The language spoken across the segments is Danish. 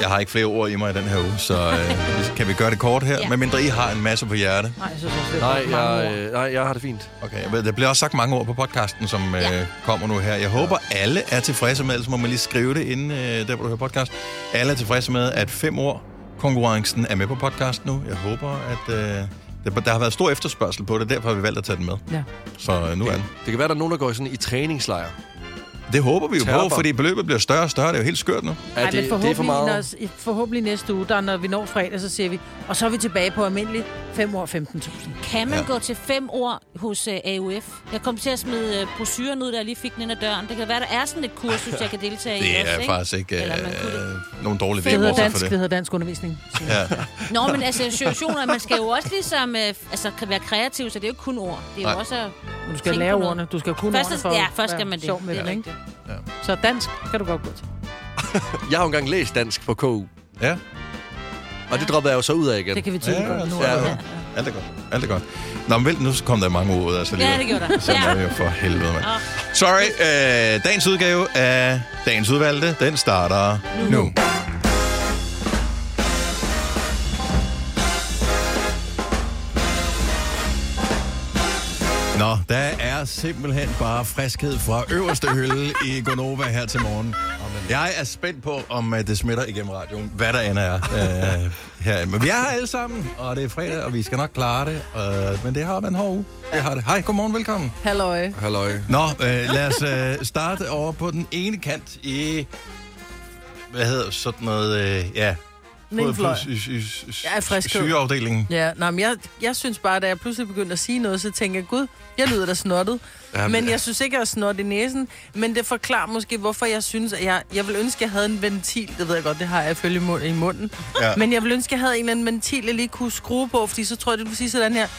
Jeg har ikke flere ord i mig i den her uge, så kan vi gøre det kort her? Medmindre I har en masse på hjerte. Nej, jeg har det fint. Okay, der bliver også sagt mange ord på podcasten, som kommer nu her. Jeg håber, alle er tilfredse med, ellers må man lige skrive det inden der, hvor du hører podcast. Alle er tilfredse med, at 5 år konkurrencen er med på podcast nu. Jeg håber, at der har været stor efterspørgsel på det, derfor har vi valgt at tage den med. Ja. Så nu er den. Det kan være, der er nogen, der går sådan i træningslejr. Det håber vi jo på, fordi beløbet bliver større og større. Det er jo helt skørt nu. Nej, men det er for meget. Forhåbentlig næste uge, der når vi når fredag, så siger vi, og så er vi tilbage på almindeligt 5 år 15.000. Kan man gå til 5 år hos AUF? Jeg kom til at smide brochuren ud, da jeg lige fik den ind ad døren. Det kan være, der er sådan et kursus, jeg kan deltage i. Det er faktisk ikke nogen dårlig idé. Det hedder dansk undervisning. Ja. Nå, men altså situationer, man skal jo også ligesom kan være kreativ, så det er jo ikke kun ord. Det er jo også du skal lære ordene. Du skal kunne ordene for først skal man det. Sjov med det, ikke? Ja. Så dansk kan du godt gå til. Jeg har jo engang læst dansk på KU. Ja. Og det droppede jeg jo så ud af igen. Det kan vi tænke godt nu. Ja. Alt er godt. Nå, men vel, nu kom der mange ord ud. Altså, ja, det gjorde der. Sådan er det jo for helvede, mand. Sorry, dagens udgave af Dagens Udvalgte, den starter nu. Nå, der er simpelthen bare friskhed fra øverste hylde i Gonova her til morgen. Jeg er spændt på, om det smitter igennem radioen, hvad der end er her. Men vi er her alle sammen, og det er fredag, og vi skal nok klare det. Men det har været en hård uge. Det har det. Hej, godmorgen, velkommen. Halløj. Nå, lad os starte over på den ene kant i, hvad hedder sådan noget, sygeafdelingen. Ja, men jeg synes bare, da jeg pludselig begyndte at sige noget, så tænker jeg, gud, jeg lyder da snottet. Ja, men jeg synes ikke, jeg er snot i næsen. Men det forklarer måske, hvorfor jeg synes, at jeg vil ønske, at jeg havde en ventil. Det ved jeg godt, det har jeg ifølge i munden. Ja. Men jeg vil ønske, at jeg havde en eller anden ventil, jeg lige kunne skrue på, fordi så tror jeg, det vil sige sådan her.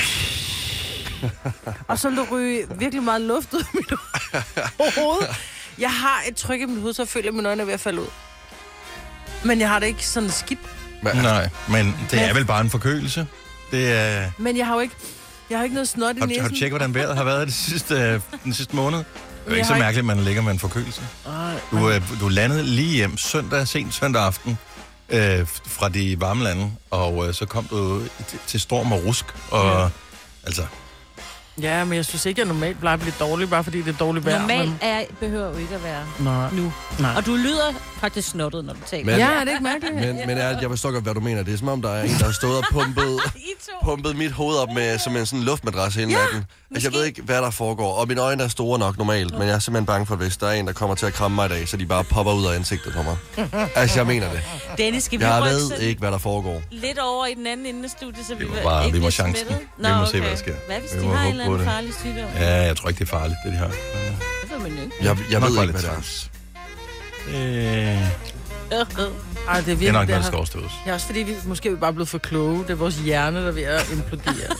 Og så vil der ryge virkelig meget luft ud af mit hoved. Jeg har et tryk i mit hoved, så jeg føler, at mine øjne er ved at falde ud. Men jeg har det ikke sådan skidt. Nej, men det er vel bare en forkølelse. Det er... Men jeg har jo ikke noget snot i næsen. Har du tjekket, hvordan vejret har været den sidste måned? Det er ikke så mærkeligt, at man ligger med en forkølelse. Du landede lige hjem sent søndag aften fra de varme lande, og så kom du til storm og rusk. Og altså... Ja, men jeg synes ikke, at jeg normalt plejer at blive dårlig, bare fordi det er dårligt vejr. Normalt behøver jo ikke at være nu. Nej. Og du lyder faktisk snottet, når du taler. Men, ja, det er ikke mærkeligt. Men jeg forstår godt, hvad du mener. Det er som om, der er en, der har stået og pumpet mit hoved op med som en sådan luftmadras hele natten. Altså, jeg ved ikke, hvad der foregår. Og mine øjne er store nok normalt, men jeg er simpelthen bange for, hvis der er en, der kommer til at kramme mig i dag, så de bare popper ud af ansigtet på mig. Altså, jeg mener det. Dennis, skal vi jeg ved ikke, hvad der foregår. Lidt over i den anden ende af studiet, så vi må chancen. Vi må se, hvad der sker. Hvad hvis de har en eller anden farlig sygdom? Ja, jeg tror ikke, det er farligt, det de har. Det ved man jo ikke. Jeg ved ikke, hvad det er. Det er nok, når det skal overstødes. Ja, også fordi vi måske er bare blevet for kloge. Det er vores hjerne, der er ved at implodere.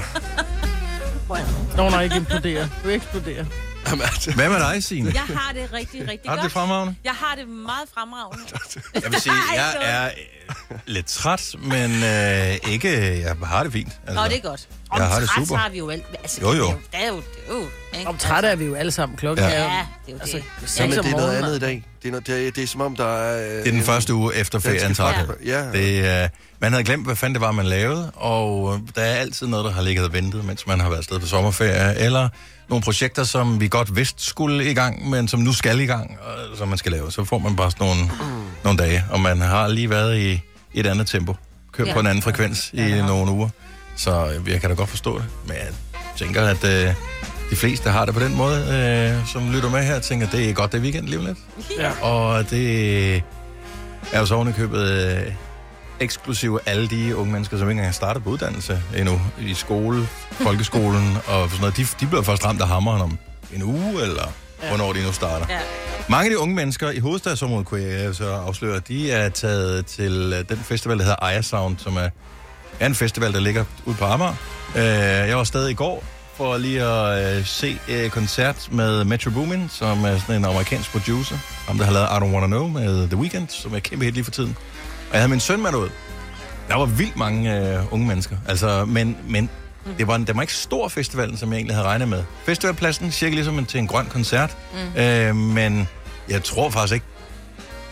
Nej, ikke implodere. Du eksploderer. Hvad med dig, Signe? Jeg har det rigtig godt. Har du det fremragende? Jeg har det meget fremragende. Jeg vil sige, jeg er lidt træt, men ikke... Jeg har det fint. Altså, det er godt. Jeg har det super. Har vi jo alt. Altså, jo. Det er jo om træt er vi jo alle sammen klokken. Ja, det er jo det. Altså, men det er noget andet i dag. Det er som om, der er... Det er den første uge efter ferien. Ja. Man havde glemt, hvad fanden det var, man lavede, og der er altid noget, der har ligget og ventet, mens man har været afsted på sommerferie, eller nogle projekter, som vi godt vidste skulle i gang, men som nu skal i gang, og som man skal lave. Så får man bare sådan nogle dage, og man har lige været i et andet tempo, kørt på en anden frekvens i nogle uger. Så jeg kan da godt forstå det, men jeg tænker, at de fleste har det på den måde, som lytter med her, tænker, at det er godt, det er weekend lige lidt. Ja. Og det er jo så ovenikøbet eksklusive alle de unge mennesker, som ikke engang har startet på uddannelse endnu, i skole, folkeskolen og sådan noget. De bliver først ramt af hammeren om en uge, eller hvornår de nu starter. Ja. Mange af de unge mennesker i hovedstadsområdet, kunne jeg så afsløre, de er taget til den festival, der hedder Aya Sound, som er en festival, der ligger ude på Amager. Jeg var stadig i går for lige at se koncert med Metro Boomin, som er sådan en amerikansk producer. Ham, der har lavet I Don't Wanna Know med The Weeknd, som er kæmpe hit lige for tiden. Og jeg havde min søn med ud. Der var vildt mange unge mennesker. Altså, men det var ikke stor festivalen, som jeg egentlig havde regnet med. Festivalpladsen cirka ligesom til en grøn koncert. Men jeg tror faktisk ikke...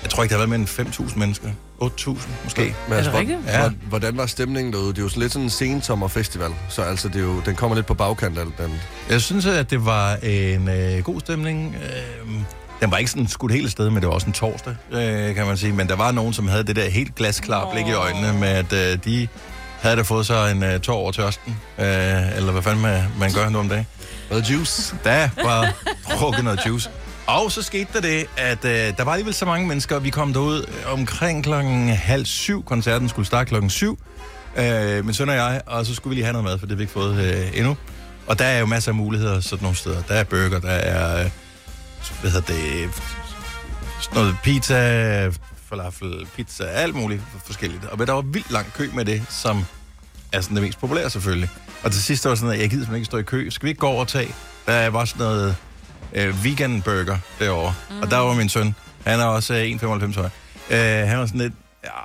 Jeg tror ikke, der har været mere end 5.000 mennesker. 8.000 måske. Men altså, rigtigt? Ja. Hvordan var stemningen derude? Det er jo lidt sådan en sensommerfestival, så altså den kommer lidt på bagkant af den. Jeg synes, at det var en god stemning. Den var ikke sådan skudt helt sted, men det var også en torsdag, kan man sige. Men der var nogen, som havde det der helt glasklare blik i øjnene med, at de havde da fået sig en tår over tørsten. Eller hvad fanden man gør nu om dagen. Noget juice. Der var drukket noget juice. Og så skete der det, at der var alligevel så mange mennesker, og vi kom derud omkring 6:30. Koncerten skulle starte 7:00. Min søn og jeg, og så skulle vi lige have noget mad, for det har vi ikke fået endnu. Og der er jo masser af muligheder sådan nogle steder. Der er burger, der er sådan noget pizza, falafel, pizza, alt muligt forskelligt. Og der var vildt lang kø med det, som er sådan det mest populære selvfølgelig. Og til sidst var sådan, at jeg gider simpelthen ikke stå i kø. Skal vi ikke gå over og tage? Der var sådan noget vegan burger derovre. Og der var min søn. Han er også 1,95 høj. Han var sådan lidt,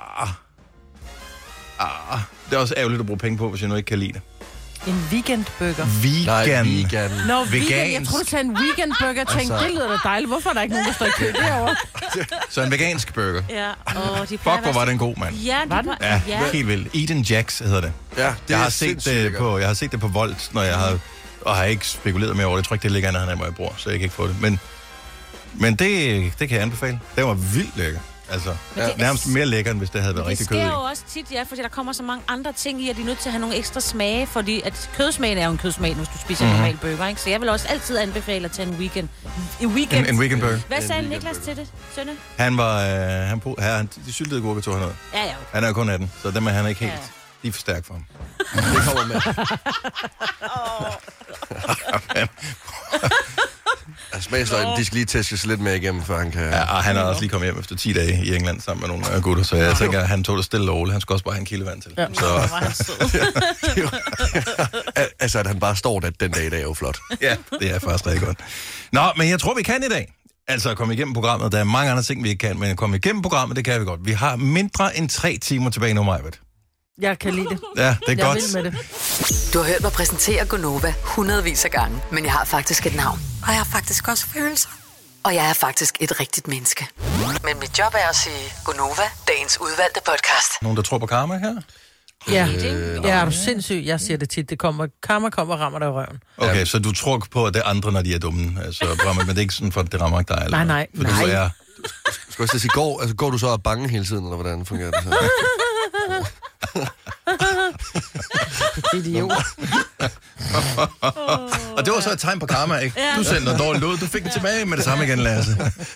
det er også ærgerligt at bruge penge på, hvis jeg nu ikke kan lide det. En weekendburger? Vegan. Nå, vegan. Jeg troede, du sagde en weekendburger. Jeg tænkte, det lyder da dejligt. Hvorfor er der ikke nogen, der står i kø derovre? Så en vegansk burger. Ja. Fuck, hvor var den god, mand. Ja, var den? Ja, helt vildt. Eden Jacks hedder det. Ja, jeg har set det på Volt, når jeg har... Og har ikke spekuleret mere over det. Jeg tror ikke, det ligger andet, hvor jeg bor, så jeg kan ikke få det. Men det kan jeg anbefale. Det var vildt lækker. Altså, nærmest mere lækker, end hvis det havde været rigtig kød i. Det sker jo også tit, fordi der kommer så mange andre ting i, at de er nødt til at have nogle ekstra smage, fordi at kødsmagen er jo en kødsmag, hvis du spiser en normal burger, ikke? Så jeg vil også altid anbefale at tage en weekend. En weekend burger. Hvad sagde Niklas til det, Sønne? De syltede gurker tog han noget. Ja. Han er jo kun 18, så dem er han ikke helt. De er for stærk for ham. Det kommer med. Smagsløgnen, de skal lige tæskes lidt mere igennem, før han kan... Ja, og han er også lige kommet hjem efter 10 dage i England sammen med nogle gutter, så jeg tænker, at han tog det stille og roligt. Han skal også bare have en kilde vand til. Ja, så var han sød. Altså, at han bare står der den dag i dag, er jo flot. Ja, det er faktisk rigtig godt. Nå, men jeg tror, vi kan i dag. Altså, komme igennem programmet. Der er mange andre ting, vi ikke kan, men at komme igennem programmet, det kan vi godt. Vi har mindre end 3 timer tilbage nu, Majbert. Jeg kan lide det. Ja, det er godt. Jeg vil med det. Du har hørt mig præsentere Gonova hundredvis af gange, men jeg har faktisk et navn. Og jeg har faktisk også følelser. Og jeg er faktisk et rigtigt menneske. Men mit job er at sige Gonova, dagens udvalgte podcast. Nogen, der tror på karma her? Ja, er du sindssyg? Jeg siger det tit. Karma kommer og rammer dig i røven. Okay, så du tror på, at det er andre, når de er dumme. Altså, men det er ikke sådan, for det rammer ikke dig? Eller? Nej. Skal jeg sige, går du så og bange hele tiden, eller hvordan fungerer det så? Idiot. Og det var så et tegn på karma, ikke? Du sendte noget dårligt ud, du fik den tilbage med det samme igen, Lasse.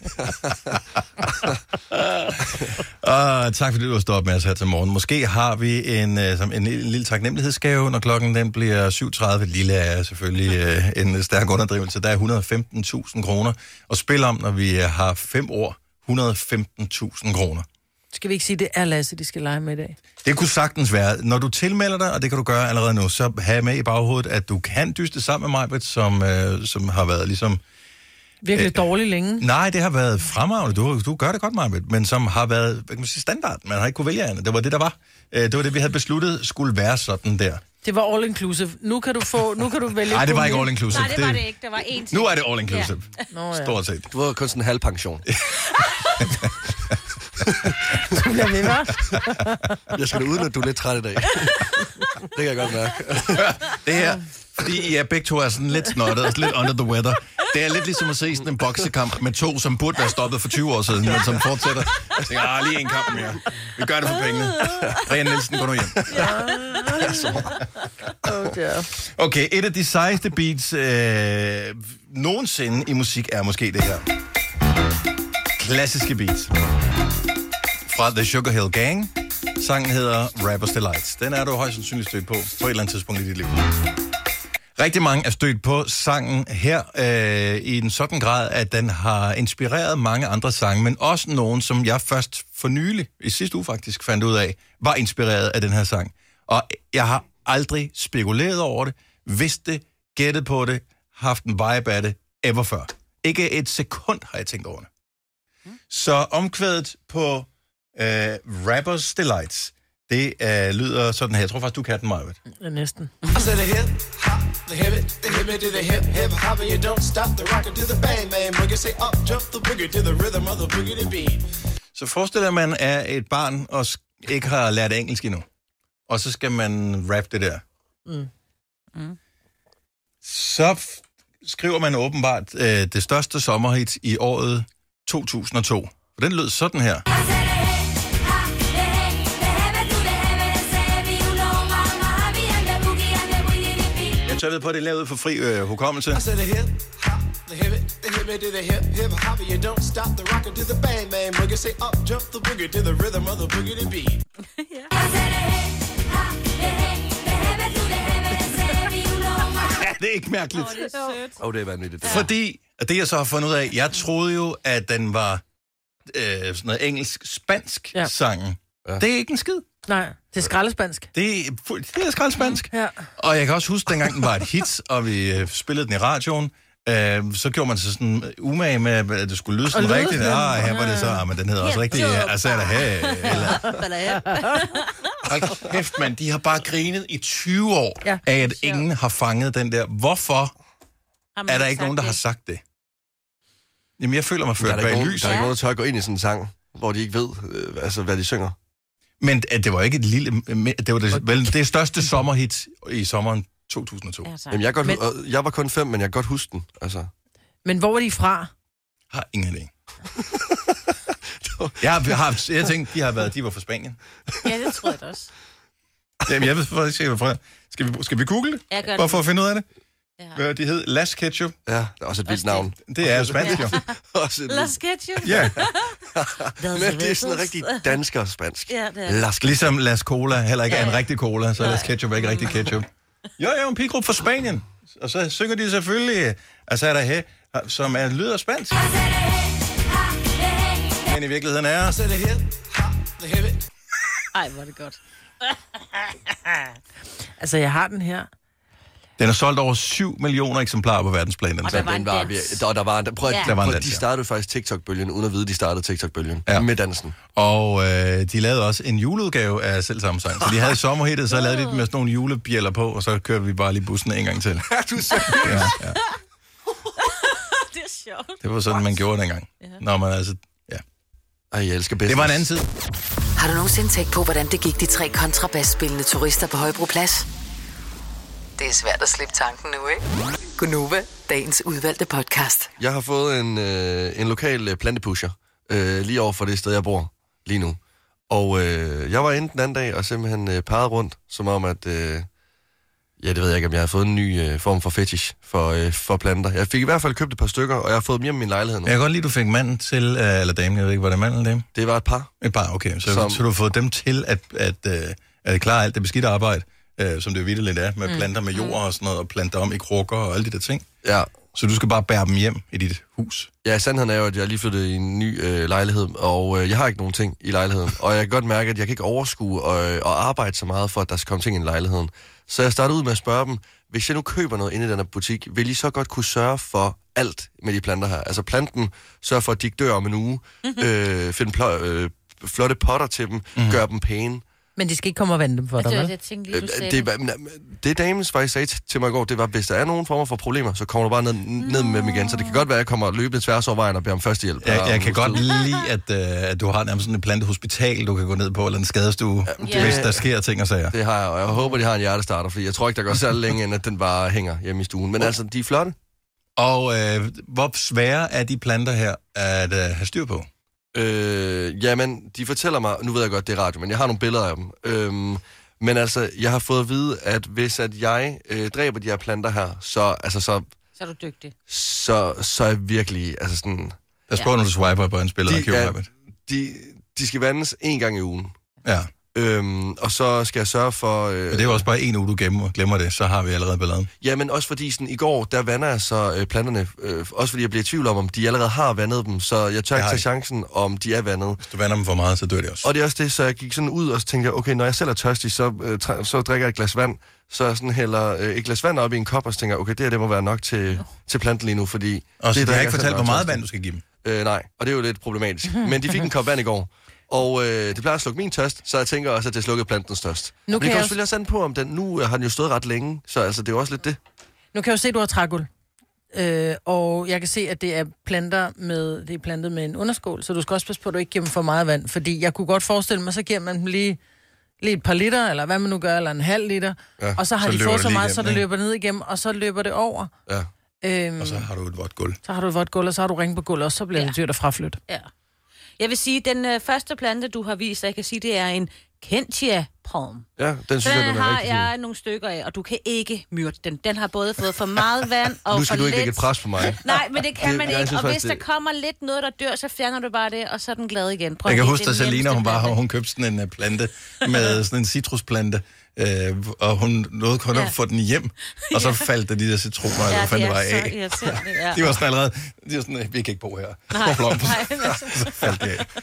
Tak fordi du har stået op med os her til morgen. Måske har vi en lille taknemmelighedsgave, når klokken den bliver 7:30. Lille er selvfølgelig en stærk underdrivelse. Der er 115.000 kroner at spille om, når vi har 5 år. 115.000 kroner. Skal vi ikke sige, det er Lasse, de skal lege med i dag? Det kunne sagtens være. Når du tilmelder dig, og det kan du gøre allerede nu, så have med i baghovedet, at du kan dyste sammen med Majbert, som har været ligesom... Virkelig dårligt længe. Nej, det har været fremragende. Du gør det godt, Majbert, men som har været, hvad kan man sige, standard. Man har ikke kunne vælge andet. Det var det, der var. Det var det, vi havde besluttet skulle være sådan der. Det var all inclusive. Nu kan du vælge... Nej, det var ikke all inclusive. Nej, det var det ikke. Der var én ting. Nu er det all inclusive. Ja. Stort set. Du var kun sådan en halv pension. Du bliver ved, hva'? Jeg skal da udnytte, at du er lidt træt i dag. Det kan jeg godt mærke. Det her, fordi jeg begge to er sådan lidt snottet og lidt under the weather. Det er lidt ligesom at se sådan en boksekamp med 2, som burde være stoppet for 20 år siden, men som fortsætter. Jeg tænker, lige en kamp mere. Vi gør det for pengene. Brian Nielsen, gå nu hjem. Okay, et af de sejeste beats nogensinde i musik er måske det her. Klassiske beats. Fra The Sugar Hill Gang. Sangen hedder Rapper's Delight. Den er du højst sandsynligt stødt på et eller andet tidspunkt i dit liv. Rigtig mange er stødt på sangen her i en sådan grad, at den har inspireret mange andre sange, men også nogen, som jeg først for nylig, i sidste uge faktisk, fandt ud af, var inspireret af den her sang. Og jeg har aldrig spekuleret over det, vidst det, gættet på det, haft en vibe af det, ever før. Ikke et sekund har jeg tænkt over det. Så omkvædet på Rapper's Delight, det lyder sådan her. Jeg tror faktisk, du kan den, Majbert. Næsten. Så forestiller man, at et barn og ikke har lært engelsk endnu. Og så skal man rap det der. Så skriver man åbenbart det største sommerhit i året 2002. Og den lød sådan her. Jeg tør ved på, at det er lavet for fri hukommelse. Det er ikke mærkeligt. Det er vanvittigt. Fordi, og det jeg så har fundet ud af, jeg troede jo, at den var sådan noget engelsk-spansk sangen. Ja. Det er ikke en skid. Nej, det er skraldespansk. Det er skraldespansk. Ja. Og jeg kan også huske, dengang den var et hit, og vi spillede den i radioen, så gjorde man så sådan umage med, at det skulle lyde sådan rigtigt. Her var det så, men den hedder også rigtigt. Altså er der her. Hold kæft, mand, de har bare grinet i 20 år af, at ingen har fanget den der. Hvorfor er der ikke nogen, der har sagt det? Jamen, jeg føler mig ført bag lys. Der er ikke nogen, der tør at gå ind i sådan en sang, hvor de ikke ved, hvad de synger. Men det var ikke et lille... Det var det største sommerhit i sommeren 2002. Jamen, jeg var kun 5, men jeg kan godt huske den. Altså. Men hvor var de fra? Har ingen idé. Jeg tænkte, de var fra Spanien. Ja, det tror jeg da også. Jamen, jeg ved faktisk ikke, hvorfor. Skal vi google det? Bare for at finde ud af det? Ja. De hed Las Ketchup. Ja, det er også et vildt navn. Det er jo spansk, jo. Las Ketchup? Ja. Men det er sådan rigtig dansker-spansk. Ja, det er. Ligesom Las Cola heller ikke er en rigtig cola, så Las Ketchup er ikke rigtig ketchup. Jo, en pigegruppe fra Spanien. Og så synger de selvfølgelig, altså er der her, som lyder spansk. Men i virkeligheden er... Ej, hvor er det godt. Altså, jeg har den her. Den er solgt over 7 millioner eksemplarer på verdensplan. Og der var en dans. De startede faktisk TikTok-bølgen, uden at vide, de startede TikTok-bølgen med dansen. Og de lavede også en juleudgave af selv samme sang. Så de havde sommerhittet, så lavede de med sådan nogle julebjælder på, og så kørte vi bare lige bussen en gang til. Ja, du sagde ja. Det er sjovt. Det var sådan, man gjorde dengang. Når man altså... Ja. Ej, jeg elsker bedst. Det var en anden tid. Har du nogensinde tænkt på, hvordan det gik de 3 kontrabasspillende turister på Højbroplads? Det er svært at slippe tanken nu, ikke? Gunova, dagens udvalgte podcast. Jeg har fået en lokal plantepusher lige over for det sted, jeg bor lige nu. Og jeg var inde den anden dag og simpelthen parrede rundt, som om at... det ved jeg ikke, om jeg har fået en ny form for fetish for planter. Jeg fik i hvert fald købt et par stykker, og jeg har fået dem hjem i min lejlighed nu. Jeg kan godt lide, du fik manden til, eller damen, jeg ved ikke, var det mand eller dame? Det var et par. Et par, okay. Så du har fået dem til at klare alt det beskidte arbejde, som det jo vitterligt er, med planter med jord og sådan noget, og planter om i krukker og alle de der ting. Ja. Så du skal bare bære dem hjem i dit hus? Ja, sandheden er jo, at jeg lige flyttede i en ny lejlighed, og jeg har ikke nogen ting i lejligheden. Og jeg kan godt mærke, at jeg kan ikke overskue og arbejde så meget for, at der skal komme ting ind i lejligheden. Så jeg startede ud med at spørge dem, hvis jeg nu køber noget inde i den her butik, vil I så godt kunne sørge for alt med de planter her? Altså planten, sørge for, at de ikke dør om en uge, finde flotte potter til dem, gøre dem pæne. Men de skal ikke komme og vende dem for dig, vel? Det damen faktisk sagde til mig i går, det var, hvis der er nogen former for problemer, så kommer du bare ned med dem igen. Så det kan godt være, at jeg kommer løbende tværs over vejen og beder om førstehjælp. Jeg kan godt lide, at du har nærmest sådan et plantehospital, du kan gå ned på, eller en skadestue, hvis der sker ting og sager. Det har jeg, og jeg håber, de har en hjertestarter, fordi jeg tror ikke, der går særlig længe, end at den bare hænger hjemme i stuen. Men altså, de er flotte. Og hvor svære er de planter her at have styr på? Jamen, de fortæller mig, nu ved jeg godt, det er radio, men jeg har nogle billeder af dem. Men altså, jeg har fået at vide, at hvis at jeg dræber de her planter her, så er du dygtig. Så er jeg virkelig, altså sådan... Lad os prøve, når du swiper på en spiller, de skal vandes 1 gang i ugen. Ja. Og så skal jeg sørge for... Men det er jo også bare 1 uge, du glemmer det, så har vi allerede balladen. Ja, men også fordi sådan, i går, der vander jeg så planterne, også fordi jeg bliver i tvivl om de allerede har vandet dem, så jeg tør ikke tage chancen, om de er vandet. Hvis du vander dem for meget, så dør de også. Og det er også det, så jeg gik sådan ud, og så tænkte jeg, okay, når jeg selv er tørstig, så drikker jeg et glas vand, så jeg sådan hælder et glas vand op i en kop, og så tænker jeg, okay, det må være nok til planten lige nu, fordi... Og så det har ikke fortalt, hvor meget vand du skal give dem? Nej, og det er jo lidt problematisk. Men de fik en kop vand i går. Og det plejer at slukke min tørst, så jeg tænker også, at det slukker plantens tørst. Men det kan selvfølgelig også sande på, om den nu har den jo stået ret længe, så altså, det er jo også lidt det. Nu kan jeg jo se, at du har trægulv. Og jeg kan se, at det er plantet med en underskål, så du skal også passe på, at du ikke giver dem for meget vand. Fordi jeg kunne godt forestille mig, så giver man dem lige et par liter, eller hvad man nu gør, eller en halv liter. Ja, og så har de fået så meget, så det løber ned igennem, og så løber det over. Ja. Og så har du et vådt gulv. Så har du et vådt gulv, og så har du ring på gulvet, og så bliver det dyrt at fraflytte. Ja. Jeg vil sige, den første plante, du har vist, jeg kan sige, det er en Kentia palm. Ja, den synes jeg, den er har jeg nogle stykker af, og du kan ikke myrde den. Den har både fået for meget vand og for lidt. Nu skal du ikke lægge et pres på mig. Nej, men det kan man ikke. Og hvis der kommer lidt noget, der dør, så fjerner du bare det, og så er den glad igen. Jeg kan huske, at Selina, hun købte sådan en plante med sådan en citrusplante, og hun nåede kun at få den hjem, og så faldt de der citroner, eller hvad fanden det var af. De var sådan allerede, vi kan ikke bo her. Så faldt de af.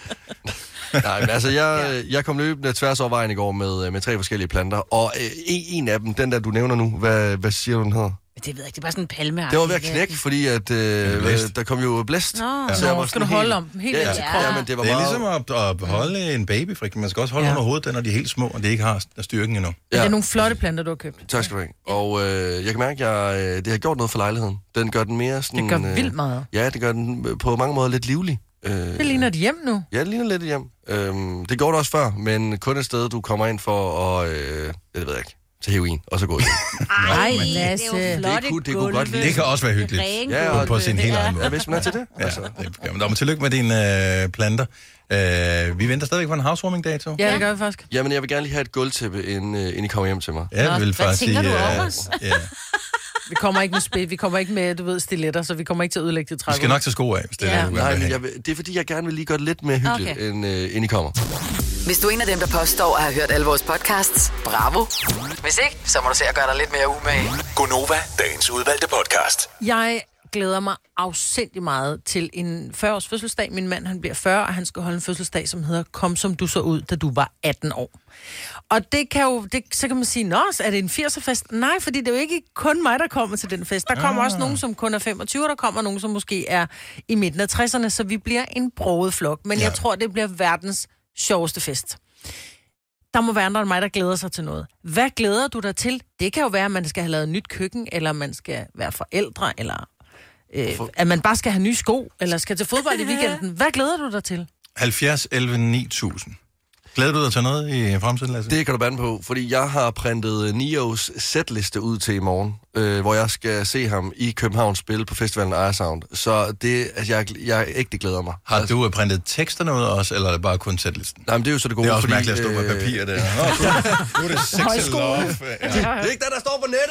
Nej, men altså, jeg kom løbende tværs over vejen i går med 3 forskellige planter, og en af dem, den der, du nævner nu, hvad siger du, den hedder? Det ved jeg ikke, det er bare sådan en palme. Det var ved at knække, fordi at, der kom jo blæst. Så skal du holde om dem helt indtil ja, men det var ligesom at holde en baby, for man skal også holde under hovedet, når de er helt små, og de ikke har styrken endnu. Ja. Det er nogle flotte planter, du har købt. Tak skal du have. Og jeg kan mærke, at det har gjort noget for lejligheden. Den gør den mere sådan... Det gør vildt meget. Ja, det gør den på mange måder lidt livlig. Det ligner et hjem nu. Ja, det ligner lidt et hjem. Det går det også før, men kun et sted, du kommer ind for at... det ved jeg ikke. Til heroin, og så gå igen. Nej, Lasse. Det er jo flotte det kunne godt lide. Det kan også være hyggeligt. Ja, på sin helt egen måde. Ja, hvis man er til det. Ja, det men tillykke med dine planter. Vi venter stadigvæk på en housewarming-dato. Ja, det gør vi faktisk. Jamen, jeg vil gerne lige have et gulvtæppe, inden I kommer hjem til mig. Ja, vi vil faktisk sige... Hvad tænker du om os? Vi kommer ikke med vi kommer ikke med, du ved, stiletter, så vi kommer ikke til at ødelægge det træk. Vi skal nok til sko af, hvis det er det, nej, men det er fordi, jeg gerne vil lige gøre det lidt mere hyggeligt, inden I kommer. Hvis du er en af dem, der påstår at have hørt alle vores podcasts, bravo. Hvis ikke, så må du se at gøre dig lidt mere umage. Gonova, dagens udvalgte podcast. Jeg glæder mig afsindig meget til en 40-års fødselsdag. Min mand, han bliver 40, og han skal holde en fødselsdag, som hedder Kom som du så ud, da du var 18 år. Og det kan jo, så kan man sige, nå, er det en 80'er-fest? Nej, fordi det er jo ikke kun mig, der kommer til den fest. Der kommer også nogen, som kun er 25, og der kommer nogen, som måske er i midten af 60'erne, så vi bliver en broget flok. Men jeg tror, det bliver verdens sjoveste fest. Der må være andre end mig, der glæder sig til noget. Hvad glæder du dig til? Det kan jo være, at man skal have lavet et nyt køkken, eller man skal være forældre, eller at man bare skal have nye sko, eller skal til fodbold i weekenden. Hvad glæder du dig til? 70 11 9000. Glæder du dig til noget i fremtiden, Lasse? Det kan du bande på, fordi jeg har printet Nios setliste ud til i morgen, hvor jeg skal se ham i København spille på festivalen Ejersound. Så det, altså, jeg ægte glæder mig. Har du printet teksterne ud også, eller er det bare kun setlisten? Nej, men det er jo så det gode. Det er også mærkeligt at stå med papir der. Nu er det sex love. Ja. Det er ikke det, der står på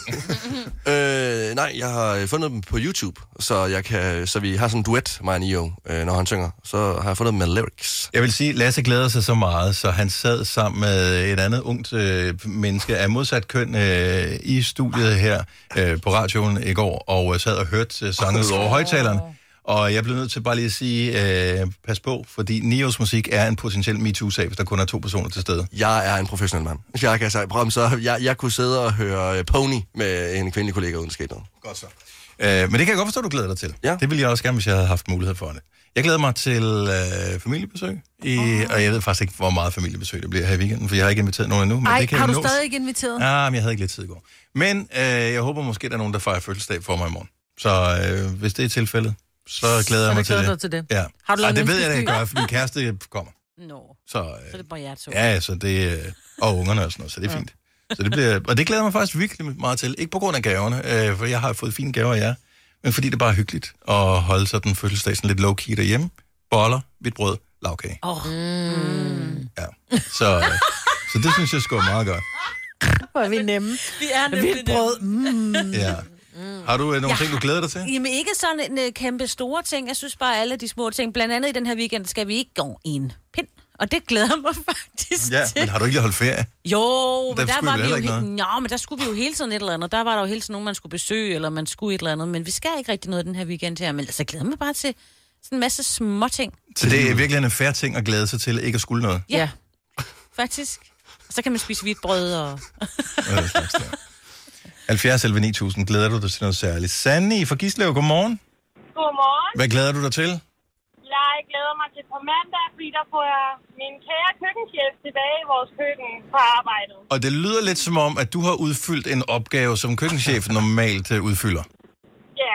nettet! Nej, jeg har fundet dem på YouTube, så vi har sådan en duet, mig og Nio, når han synger. Så har jeg fundet dem med lyrics. Jeg vil sige, Lasse glæder sig så meget, så han sad sammen med et andet ungt menneske af modsat køn i studiet her på radioen i går, og sad og hørte sangen ud over højtaleren. Og jeg blev nødt til bare lige at sige, pas på, fordi Nios musik er en potentiel MeToo-sag, hvis der kun er 2 personer til stede. Jeg er en professionel mand. Jeg kan sige, jeg kunne sidde og høre Pony med en kvindelig kollega uden skæt. Godt så. Men det kan jeg godt forstå, du glæder dig til. Ja. Det ville jeg også gerne, hvis jeg havde haft mulighed for det. Jeg glæder mig til familiebesøg, og jeg ved faktisk ikke, hvor meget familiebesøg det bliver her i weekenden, for jeg har ikke inviteret nogen endnu. Men det kan har du nås. stadig ikke inviteret? Ja, men jeg havde ikke lidt tid i går. Men jeg håber måske, der er nogen, der fejrer fødselsdag for mig i morgen. Så hvis det er tilfældet, så glæder jeg mig til det. Til det. Ja. Har du det ved jeg, at jeg gør, for min kæreste kommer. Så det er bare jer to. Ja, så det, og ungerne og sådan noget, så det er fint. Så det bliver, og det glæder jeg mig faktisk virkelig meget til. Ikke på grund af gaverne, for jeg har fået fine gaver af jer, men fordi det er bare hyggeligt at holde sådan en fødselsdag sådan lidt low-key derhjemme. Boller, hvidt brød, lavkage. Ja. Så det synes jeg sgu er meget godt. Hvor er vi nemme. Vi er nemlig hvidt brød. Ja. Har du nogle ting, du glæder dig til? Jamen ikke sådan en kæmpe store ting. Jeg synes bare, alle de små ting. Blandt andet i den her weekend skal vi ikke gå i en pind. Og det glæder mig faktisk til. Men har du ikke holdt ferie? Jo, men der var vi jo men der skulle vi jo hele tiden et eller andet. Der var der jo hele tiden nogen, man skulle besøge, eller man skulle et eller andet. Men vi skal ikke rigtig noget den her weekend her. Men så glæder mig bare til sådan en masse små ting. Så det er virkelig en fair ting at glæde sig til, ikke at skulle noget? Ja, faktisk. Og så kan man spise hvidt brød og... 70 11 9000, glæder du dig til noget særligt? Sanne fra Gislev, godmorgen. Godmorgen. Hvad glæder du dig til? Jeg glæder mig til på mandag, fordi der får jeg min kære køkkenchef tilbage i vores køkken på arbejdet. Og det lyder lidt som om, at du har udfyldt en opgave, som køkkenchef normalt udfylder.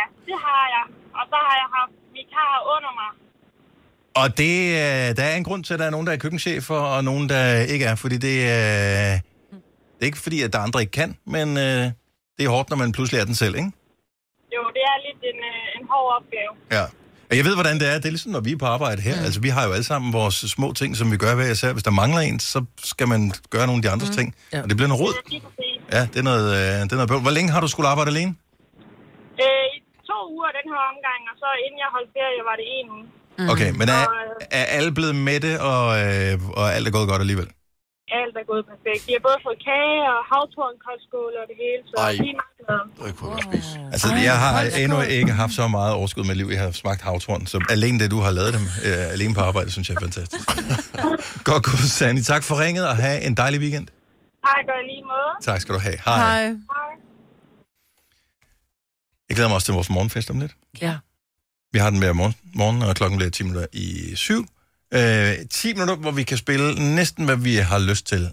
så har jeg haft vikarer under mig. Og der er en grund til, at der er nogen, der er køkkenchefer, og nogen, der ikke er. Fordi det er ikke fordi, at der andre ikke kan, men det er hårdt, når man pludselig er den selv, ikke? Jo, det er lidt en hård opgave. Ja. Jeg ved, hvordan det er. Det er ligesom, når vi er på arbejde her. Altså, vi har jo alle sammen vores små ting, som vi gør hver især. Hvis der mangler en, så skal man gøre nogle af de andres ting. Ja. Og det bliver noget rod. Ja, det er noget bøvl. Hvor længe har du skulle arbejde alene? I 2 uger den her omgang, og så inden jeg holdt ferie, var det 1 uge. Okay, men er alle blevet mætte, og alt er gået godt alligevel? Alt er gået perfekt. De har både fået kage og havtorn-koldskål og det hele, så de er meget glade. Det kunne jeg spise. Altså, jeg har endnu ikke haft så meget overskud med liv. Jeg har smagt havtorn, så alene det, du har lavet dem alene på arbejde, synes jeg er fantastisk. Godt, Sandy. Tak for ringet, og have en dejlig weekend. Tak, og lige måde. Tak skal du have. Hej. Jeg glæder mig også til vores morgenfest om lidt. Ja. Vi har den hver morgen, og klokken bliver 10 minutter i 7. 10 minutter, hvor vi kan spille næsten, hvad vi har lyst til.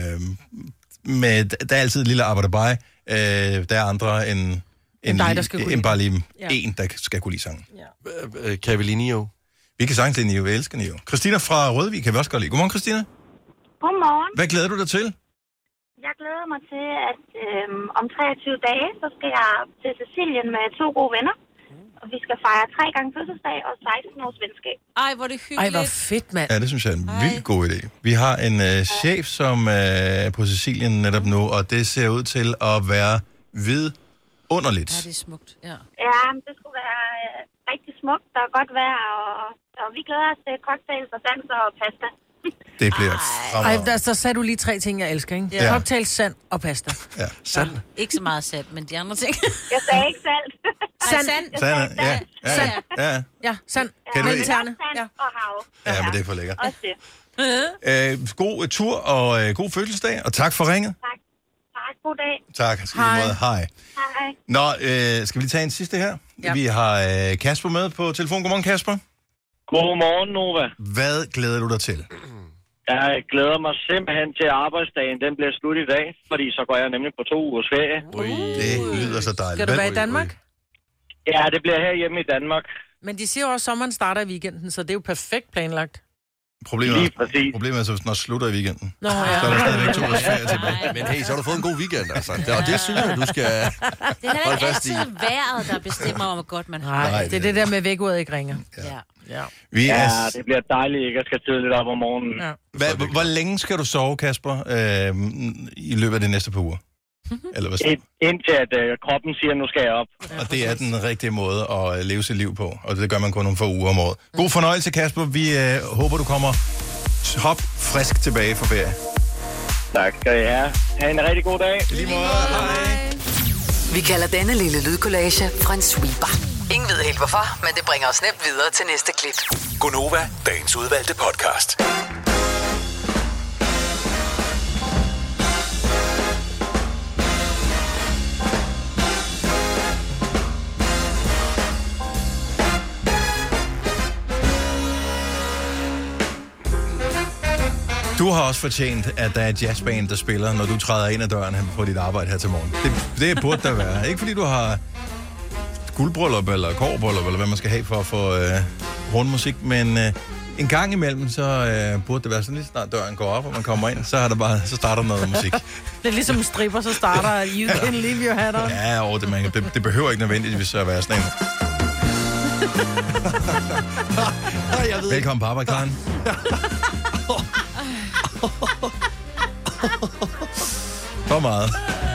Der er altid et lille arbejde by. Der er andre end bare lige en, der skal kunne lide sangen. Ja. Kan vi lide Nio? Vi kan sagtens lide Nio. Vi elsker Nio. Christina fra Rødvig kan vi også godt lide. Godmorgen, Christina. Godmorgen. Hvad glæder du dig til? Jeg glæder mig til, at om 23 dage, så skal jeg til Sicilien med 2 gode venner. Og vi skal fejre 3 gange fødselsdag og 16 års venskab. Ej, hvor er det hyggeligt. Ej, hvor fedt, mand. Ja, det synes jeg er en vildt god idé. Vi har en chef, som er på Sicilien netop nu, og det ser ud til at være vidunderligt. Ja, det er smukt, ja. Ja, det skulle være rigtig smukt og godt vejr, og vi glæder os til cocktails og dans og pasta. Det bliver fremragende. Så sagde du lige 3 ting, jeg elsker, ikke? Ja. Cocktail, sand og pasta. Ja. Sand? Ikke så meget sand, men de andre ting. Jeg sagde ikke salt. Sand. Ja, sand. Kan du Sand og hav. Ja, men det er for lækkert. Også det. God tur og god fødselsdag, og tak for ringet. Tak. God dag. Tak. Hej. Hej. Nå, skal vi lige tage en sidste her? Ja. Vi har Kasper med på telefon. Godmorgen, Kasper. Godmorgen, Nova. Hvad glæder du dig til? Jeg glæder mig simpelthen til arbejdsdagen. Den bliver slut i dag, fordi så går jeg nemlig på 2 ugers ferie. Det lyder så dejligt. Skal du være i Danmark? Ja, det bliver her hjemme i Danmark. Men de siger jo også, at sommeren starter i weekenden, så det er jo perfekt planlagt. Problemet er så, hvis den også slutter i weekenden. Nå, ja. Så er der stadigvæk 2 ugers ferie tilbage. Men hey, så har du fået en god weekend, altså. Og det synes jeg, du skal Det er heller ikke altid vejret, der bestemmer, hvor godt man har. Nej, det er det der med vækkeuret ikke ringer. Ja. Det bliver dejligt, ikke? Jeg skal tidligt op om morgenen. Ja. Hvor længe skal du sove, Kasper, i løbet af de næste par uger? Eller hvad? Indtil at kroppen siger, nu skal jeg op. Og det er den rigtige måde at leve sit liv på, og det gør man kun nogle få uger om året. God fornøjelse, Kasper. Vi håber, du kommer frisk tilbage fra ferie. Tak skal I have. Ha' en rigtig god dag. I lige måde. Hej. Vi kalder denne lille lydkollage en sweeper. Ingen ved helt hvorfor, men det bringer os nemt videre til næste klip. Gonova, dagens udvalgte podcast. Du har også fortjent, at der er et jazzband, der spiller, når du træder ind ad døren på dit arbejde her til morgen. Det burde der være. Ikke fordi du har guldbryllup eller kårbryllup, eller hvad man skal have for at få rundmusik, men en gang imellem, så burde det være sådan, lige snart døren går op, og man kommer ind, så starter noget musik. Det er ligesom en stripper, så starter You Can Leave Your Hat On. Ja, det behøver ikke nødvendigvis at være sådan en. Velkommen på arbejde, Karen. For meget.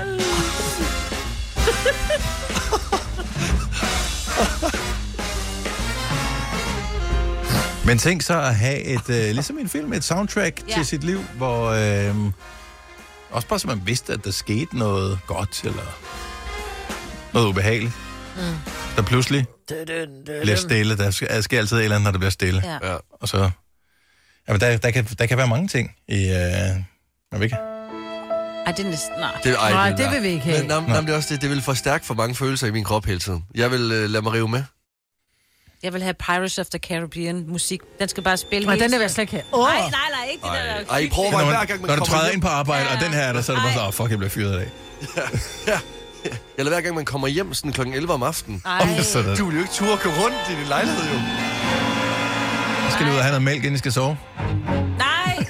Men tænk så at have et, ligesom en film, et soundtrack til sit liv, hvor også bare så man vidste, at der skete noget godt, eller noget ubehageligt. Der pludselig bliver stille. Der sker altid et eller andet, når det bliver stille. Ja. Og så... Jamen, der kan være mange ting i... Man vil ikke... Ej, det er næsten... Nej, det vil vi ikke have. Men det er også det vil forstærke for mange følelser i min krop hele tiden. Jeg vil lade mig rive med. Jeg vil have Pirates of the Caribbean musik. Den skal bare spille. Nej, den er jeg slet ikke have. Nej, ikke det der. Ej, prøv mig hver gang, når du træder ind på arbejde, og den her er der, så er det bare så, fuck, jeg bliver fyret af. Ja. Eller hver gang man kommer hjem sådan kl. 11 om aftenen. Sådan. Du vil jo ikke turde gå rundt i din lejlighed, jo. Så skal du ud og have noget mælk, inden I skal sove. Nej!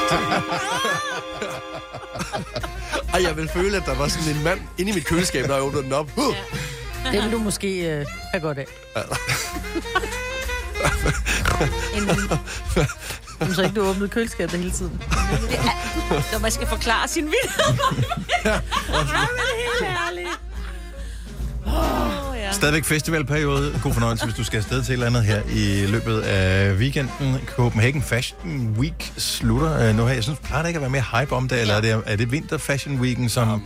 Ej, jeg vil føle, at der var sådan en mand inde i mit køleskab, når jeg åbnede den op. Ja. Det vil du måske have godt af. Så ikke du åbnede køleskabet hele tiden. Så man skal forklare sin vildt. Ja. Helt ærligt. Stadigvæk festivalperiode. God fornøjelse, hvis du skal afsted til et eller andet her i løbet af weekenden. Copenhagen Fashion Week slutter nu her. Jeg synes, plejer der ikke at være mere hype om det, eller er det Vinter Fashion Weeken, som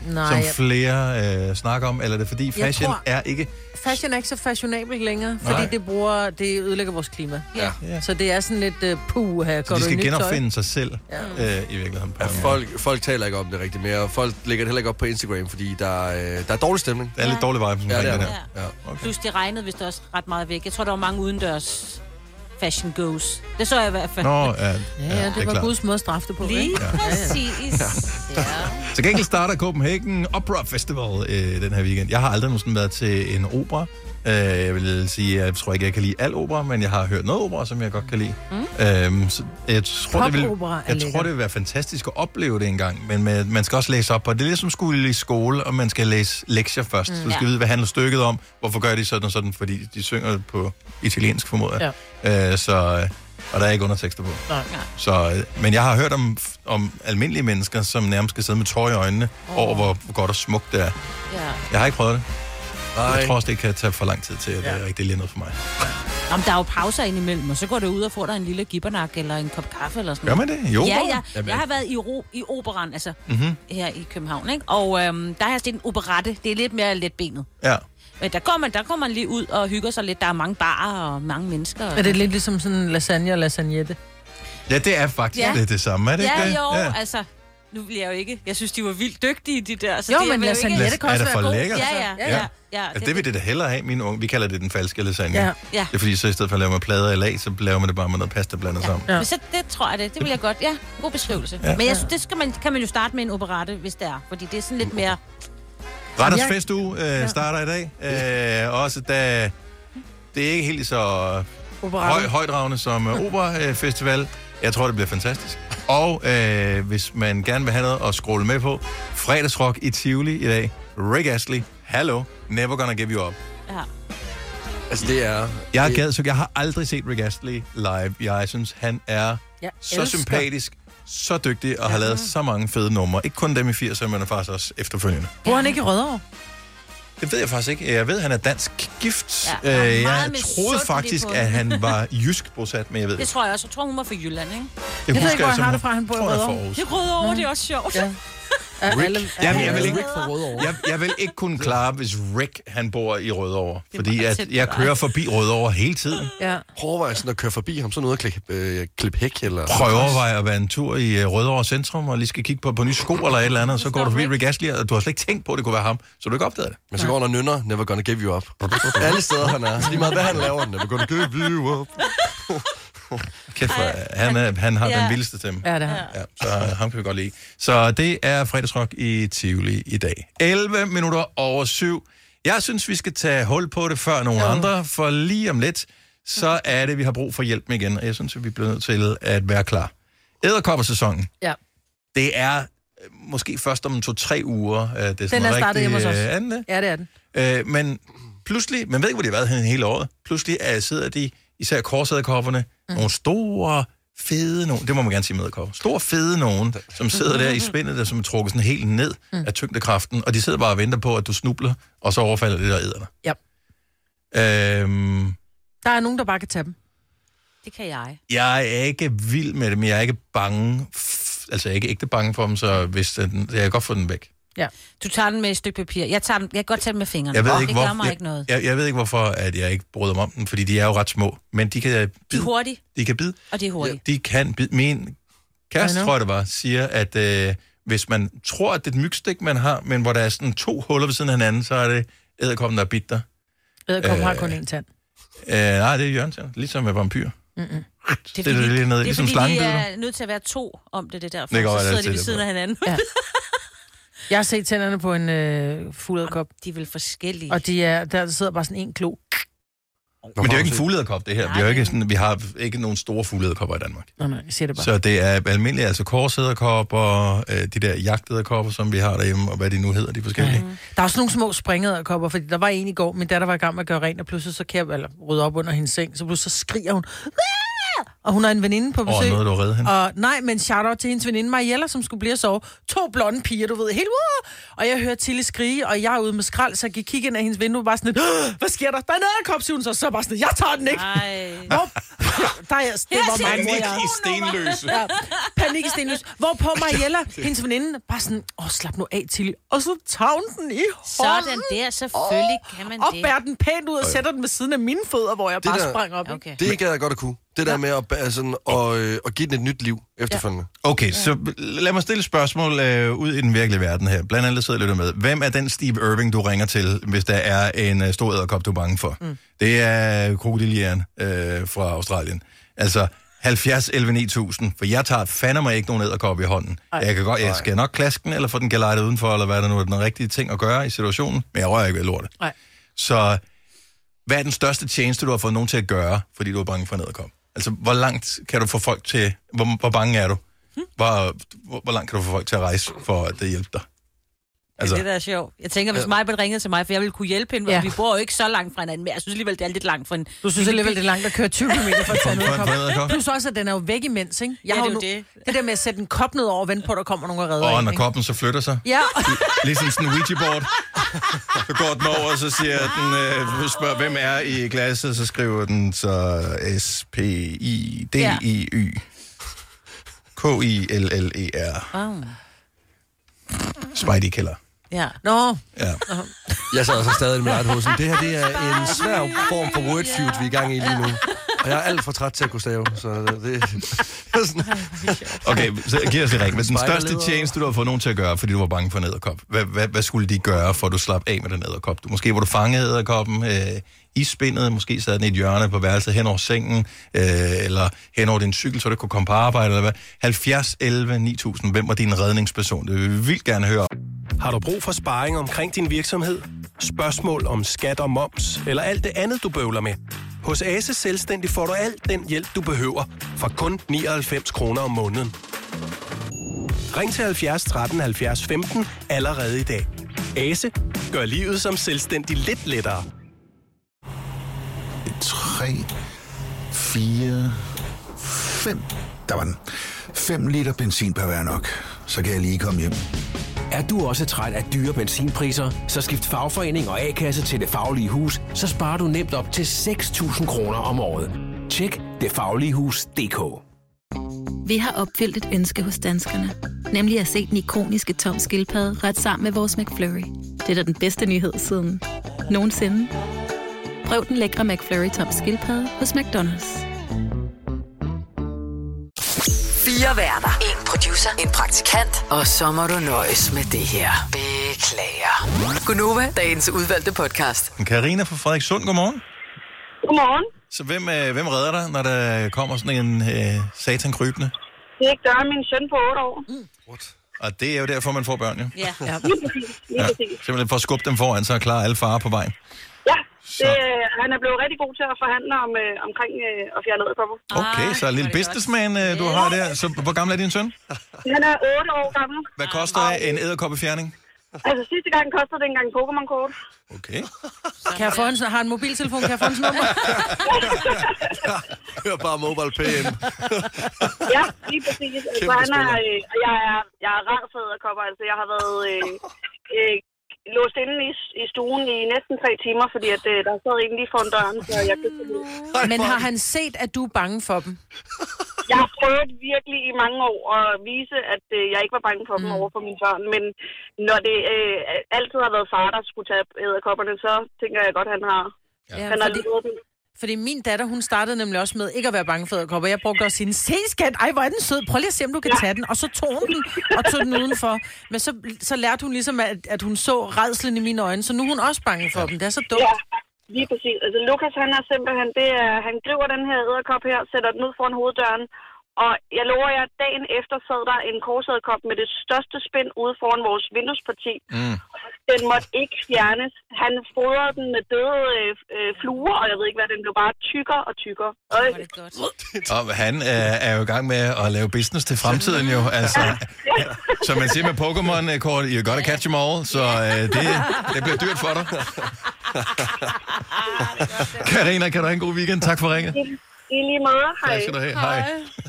flere snakker om, eller er det fordi fashion er ikke... Fashion er ikke så fashionabelt længere, fordi det ødelægger vores klima. Ja. Så det er sådan lidt her. Så de skal genopfinde sig selv i virkeligheden. Ja, folk taler ikke om det rigtig mere. Folk lægger det heller ikke op på Instagram, fordi der er dårlig stemning. Det er lidt dårlig vibe, som det er. Okay. Plus det regnede vist også ret meget væk. Jeg tror, der var mange udendørs fashion goes. Det så jeg i hvert fald. Det var Guds måde at straffe det på. Lige præcis. Ja. Så gengæld starter Copenhagen Opera Festival den her weekend. Jeg har aldrig nogensinde været til en opera. Jeg vil sige, jeg tror ikke, jeg kan lide al opera, men jeg har hørt noget opera, som jeg godt kan lide. Så jeg tror, det vil være fantastisk at opleve det engang, men man skal også læse op på det. Det er ligesom skulle i skole, og man skal læse lektier først. Så du skal vide, hvad handler stykket om, hvorfor gør de sådan og sådan, fordi de synger på italiensk, formoder jeg. Og der er ikke undertekster på. Så, men jeg har hørt om almindelige mennesker, som nærmest skal sidde med tårer i øjnene over, hvor godt og smukt det er. Jeg har ikke prøvet det. Jeg tror også, det kan tage for lang tid til, at det er rigtig lige noget for mig. Jamen, der er jo pauser indimellem, og så går det ud og får dig en lille gibbernak eller en kop kaffe eller sådan noget. Gør man det? Jo. Ja. Jeg har været i operan, altså her i København, ikke? Og der har jeg set en operette. Det er lidt mere letbenet. Ja. Men der går man lige ud og hygger sig lidt. Der er mange barer og mange mennesker. Er det lidt ligesom sådan lasagne og lasagnette? Ja, det er faktisk det samme, er det ikke det? Jo, altså... Nu vil jeg jo ikke. Jeg synes, de var vildt dygtige, de der. Så jo, det men lasagnette kan også være god. Er det for lækkert? Ja. Det vil det da hellere have, mine unge. Vi kalder det den falske lasagne. Ja. Det er fordi, så i stedet for at lave med plader i lag, så laver man det bare med noget pasta blandet sammen. Ja. Men så det tror jeg det. Det vil jeg godt. Ja, god beskrivelse. Ja. Men jeg synes, det kan man jo starte med en operette, hvis det er. Fordi det er sådan lidt mere... Retters festuge starter i dag. Også da det er ikke helt så højdragende som Opera-festival. Jeg tror, det bliver fantastisk. Og hvis man gerne vil have noget at scrolle med på, fredagsrock i Tivoli i dag. Rick Astley, Hello, Never Gonna Give You Up. Ja. Altså, det er... Jeg har aldrig set Rick Astley live. Jeg synes, han er så sympatisk, så dygtig og har lavet så mange fede numre. Ikke kun dem i 80'erne, men faktisk også efterfølgende. Bor han ikke i Rødovre? Det ved jeg faktisk ikke. Jeg ved, at han er dansk gift. Jeg troede faktisk, at han var jysk bosat, men jeg ved det. Tror jeg også. Jeg tror, hun var fra Jylland, ikke? Jeg ved ikke, hvor han har det fra, han bor i Rødovre. Det er Rødovre, det er også sjovt. Ja. Jeg vil ikke kunne klare, hvis Rick han bor i Rødovre. Fordi at jeg kører forbi Rødovre hele tiden. Ja. Prøv sådan at køre forbi ham, sådan ud og klippe hæk. Eller... Prøv at være en tur i Rødovre Centrum, og lige skal kigge på nye sko eller et eller andet, så går du forbi Rick Astley, og du har slet ikke tænkt på, at det kunne være ham, så du ikke opdaget det. Men så går han og nynner, Never Gonna Give You Up. Alle steder han er. Så lige meget, hvad han laver, Never Gonna Give You Up. Kæft, han har den vildeste stemme. Ja, det har. Ja, så ham kan vi godt lide. Så det er fredagsrock i Tivoli i dag. 11 minutter over 7. Jeg synes, vi skal tage hul på det før nogle andre, for lige om lidt, så er det, vi har brug for hjælp med igen. Og jeg synes, at vi bliver nødt til at være klar. Edderkoppersæsonen. Ja. Det er måske først om 2-3 uger. Det er den er startet hjemme hos os. Ja, det er den. Men pludselig, man ved ikke, hvor de har været hen hele året. Pludselig sidder de, især korsæderkopperne, nogle store, fede nogen, det må man gerne sige med edderkopper, store, fede nogen, som sidder der i spindet, der som er trukket sådan helt ned af tyngdekraften, og de sidder bare og venter på, at du snubler, og så overfalder det der æder dig. Ja. Der er nogen, der bare kan tage dem. Det kan jeg. Jeg er ikke vild med det, men jeg er ikke bange, altså jeg er ikke ægte bange for dem, så hvis jeg kan godt få den væk. Ja. Du tager den med et stykke papir. Jeg kan godt tage den med fingrene. Det gør mig ikke noget. Jeg ved ikke, hvorfor at jeg ikke bryder mig om den, fordi de er jo ret små. Men de kan bide. De er hurtige. De kan bide. Og de er hurtige. De kan bide. Min kæreste, tror jeg det var, siger, at hvis man tror, at det er et mygstik, man har, men hvor der er sådan 2 huller ved siden af hinanden, så er det edderkoppen, der er bidt dig. Edderkoppen har kun én tand. Nej, det er hjørnetand. Ligesom med vampyr. Det er fordi, de er nødt til at være 2 om det der. For så sidder de ved siden af hinanden. Ja. Jeg har set tænderne på en fugleedderkop. De er vel forskellige. Og der sidder bare sådan en klo. Men det er jo ikke en fugleedderkop, det her. Vi har ikke nogen store fugleedderkopper i Danmark. Nej, jeg siger det bare. Så det er almindelige, altså korsæderkopper, de der jagtæderkopper, som vi har derhjemme, og hvad de nu hedder, de forskellige. Der er også nogle små springæderkopper, fordi der var en i går, min datter var i gang med at gøre rent, og pludselig så kan jeg rydde op under hendes seng, så pludselig så skriger hun. Og hun har en veninde på besøg. Noget, du redde hende. Og nej, men shout-out til hendes veninde Mariella, som skulle blive at sove. 2 blonde piger, du ved, helt og jeg hører Tilly skrige, og jeg er ude med skrald, så jeg gik kigge ind af hendes vindue, bare sådan hvad sker der? Der er en edderkop, siger hun så bare sådan, jeg tager den ikke. Hvor, det var panik i stenløse. Ja, panik i stenløse. Hvorpå Mariella, hendes veninde, bare sådan, slap nu af, Tilly. Og så tager hun den i hånden. Sådan der, selvfølgelig kan man det. Og bærer den pænt ud og sætter den ved siden af mine fødder, hvor jeg bare sprang op. Okay. Det gad jeg godt at kunne. Det der med at give den et nyt liv efterfølgende. Okay, så lad mig stille et spørgsmål ud i den virkelige verden her. Blandt andet sidder lidt med. Hvem er den Steve Irving, du ringer til, hvis der er en stor edderkop, du er bange for? Det er krokodillieren fra Australien. Altså 70 11 9000, for jeg tager fandme ikke nogen edderkop i hånden. Jeg skal nok klaske den, eller få den gelejtet udenfor, eller hvad der nu er den rigtige ting at gøre i situationen, men jeg rører ikke ved lortet. Nej. Så hvad er den største tjeneste, du har fået nogen til at gøre, fordi du er bange for en edderkop? Altså, hvor langt kan du få folk til... Hvor bange er du? Hvor langt kan du få folk til at rejse, for at det hjælper dig? Altså. Det der er sjovt. Jeg tænker, hvis mig ringede til mig, for jeg ville kunne hjælpe hende, vi bor jo ikke så langt fra hinanden, men jeg synes alligevel, det er lidt langt fra en... Du synes alligevel, det er langt at køre 20 km for at tage en edderkop. Plus også, at den er jo væk imens, ikke? Jeg har jo det der med at sætte en kop ned over og vente på, at der kommer nogen og redder. Og når koppen så flytter sig. Ja. Ligesom sådan en Ouija-board. Så går den over, og så siger den, spørger, hvem er i glasset, så skriver den så S-P-I-D-I-Y. K-I-L-L-E-R. Spidey Killer. Ja. Nå. Ja. Jeg sad altså stadig med Hosen. Det her, det er en svær form for wordfeud, vi er i gang i lige nu. Og jeg er alt for træt til at kunne stave, så det er sådan... Okay, så giv os et ring. Hvad den største tjeneste, du har fået nogen til at gøre, fordi du var bange for en edderkop? Hvad skulle de gøre, for at du slap af med den edderkop? Måske var du fanget edderkoppen i spindet, måske sad den i et hjørne på værelset hen over sengen, eller hen over din cykel, så du kunne komme på arbejde, eller hvad? 70 11 9000. Hvem var din redningsperson? Det vil vi vildt gerne høre. Har du brug for sparring omkring din virksomhed? Spørgsmål om skat og moms, eller alt det andet, du bøvler med? Hos Ase Selvstændig får du alt den hjælp, du behøver, for kun 99 kroner om måneden. Ring til 70 13 70 15 allerede i dag. Ase gør livet som selvstændig lidt lettere. 3, 4, 5. Der var den. 5 liter benzin per hver nok. Så kan jeg lige komme hjem. Er du også træt af dyre benzinpriser, så skift fagforening og A-kasse til Det Faglige Hus, så sparer du nemt op til 6.000 kroner om året. Tjek detfagligehus.dk. Vi har opfyldt et ønske hos danskerne, nemlig at se den ikoniske Tom Skildpadde ret sammen med vores McFlurry. Det er da den bedste nyhed siden nogensinde. Prøv den lækre McFlurry Tom Skildpadde hos McDonald's. 4 værter, 1 producer, 1 praktikant, og så må du nøjes med det her. Beklager. Gunova, dagens udvalgte podcast. Karina fra Frederikssund, godmorgen. Godmorgen. Så hvem redder dig, når der kommer sådan en satan krybende? Det gør min søn på 8 år. Og det er jo derfor, man får børn, jo. Ja. Lige præcis. Simpelthen for at skubbe dem foran, så klarer alle farer på vejen. Ja, han er blevet rigtig god til at forhandle omkring at fjerne edderkopper. Okay, så en lille businessman, du har der. Så hvor gammel er din søn? Han er 8 år gammel. Hvad koster en edderkoppefjerning? Altså sidste gang kostede det engang Pokémon-kort. Okay. Kan jeg få har en mobiltelefon? Kan jeg få en nummer? Hør bare MobilePay ind. Ja, lige præcis. Altså, jeg er rar for edderkopper. Altså, jeg har været låst inde i stuen i næsten 3 timer, fordi at, der sad en lige foran døren, så jeg kunne ikke. Men har han set, at du er bange for dem? Jeg har prøvet virkelig i mange år at vise, at jeg ikke var bange for dem over for mine børn, men når det altid har været far, der skulle tage edderkopperne, så tænker jeg godt, han har levet dem. Fordi min datter, hun startede nemlig også med ikke at være bange for edderkopper. Jeg brugte også sin, se skat, ej hvor er den sød, prøv lige at se, om du kan tage den. Og så tog hun den og tog den udenfor. Men så lærte hun ligesom, at hun så rædslen i mine øjne, så nu er hun også bange for dem. Det er så dumt. Ja, lige præcis. Altså Lukas, han er simpelthen, han griber den her edderkop her, sætter den ud foran hoveddøren, Og jeg lover jer, at dagen efter sad der en korsedderkop med det største spind ude foran vores vinduesparti. Den måtte ikke fjernes. Han fodrede den med døde fluer, og jeg ved ikke hvad, den blev bare tykkere og tykkere. Og han er jo i gang med at lave business til fremtiden jo. Altså, som man siger med Pokémon-kort, you gotta catch them all, så det bliver dyrt for dig. Karina, kan du have en god weekend? Tak for ringet. I lige måde. Hej. Tak skal du have. Hej.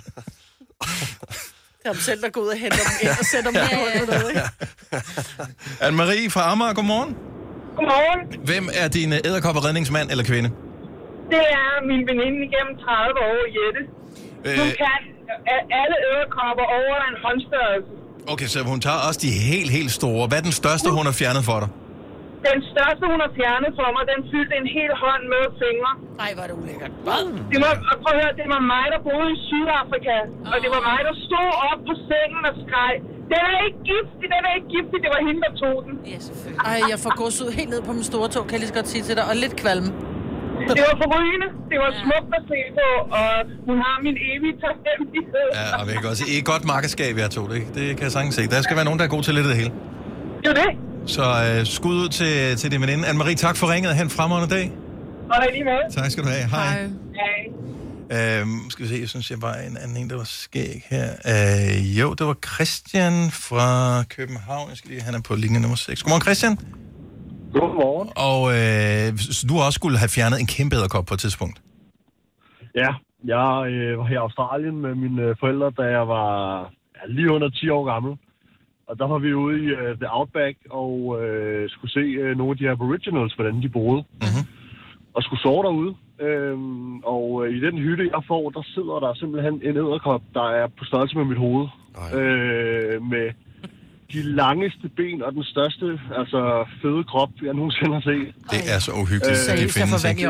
Jeg har selv der går ud og henter dem ind og sætter dem på. Anne-Marie fra Amager, godmorgen. Godmorgen. Hvem er din edderkopperredningsmand eller kvinde? Det er min veninde igennem 30 år, Jette. Hun kan alle edderkopper over en håndstørrelse. Okay, så hun tager også de helt store. Hvad er den største, hun har fjernet for dig? Den største, hun har fjernet for mig, den fyldte en hel hånd med fingre. Nej, hvor er det ulækkert. Prøv at høre, det var mig, der boede i Sydafrika. Og det var mig, der stod op på sengen og skreg. Den er ikke giftig, det var hende, der tog den. Ja, selvfølgelig. Ej, jeg får gåsehud helt ned på min store tog, kan jeg lige så godt sige til dig. Og lidt kvalme. Det var forrygende. Det var smukt at se på, og hun har min evige taknemmelighed. Ja, og vi kan godt se, I er godt markedskab, jeg tog det. Det kan jeg sagtens se. Der skal være nogen, der er god til lidt af det hele. Det er det. Så skud ud til din veninde. Anne-Marie, tak for ringet. Ha' en fremragende dag. Og lige med. Tak skal du have. Hej. Hej. Skal vi se, jeg synes, jeg var en anden, der var skæg her. Jo, det var Christian fra København. Han er på linje nummer 6. Godmorgen, Christian. Godmorgen. Og du har også skulle have fjernet en kæmpe edderkop på et tidspunkt. Ja, jeg var her i Australien med mine forældre, da jeg var lige under 10 år gammel. Og der var vi ude i The Outback og skulle se nogle af de aboriginals, hvordan de boede. Mm-hmm. Og skulle sove derude. Og i den hytte, jeg får, der sidder der simpelthen en edderkop, der er på størrelse med mit hoved. Med de langeste ben og den største, altså fede krop, jeg nogensinde har set. Det er så uhyggeligt. Det findes ikke.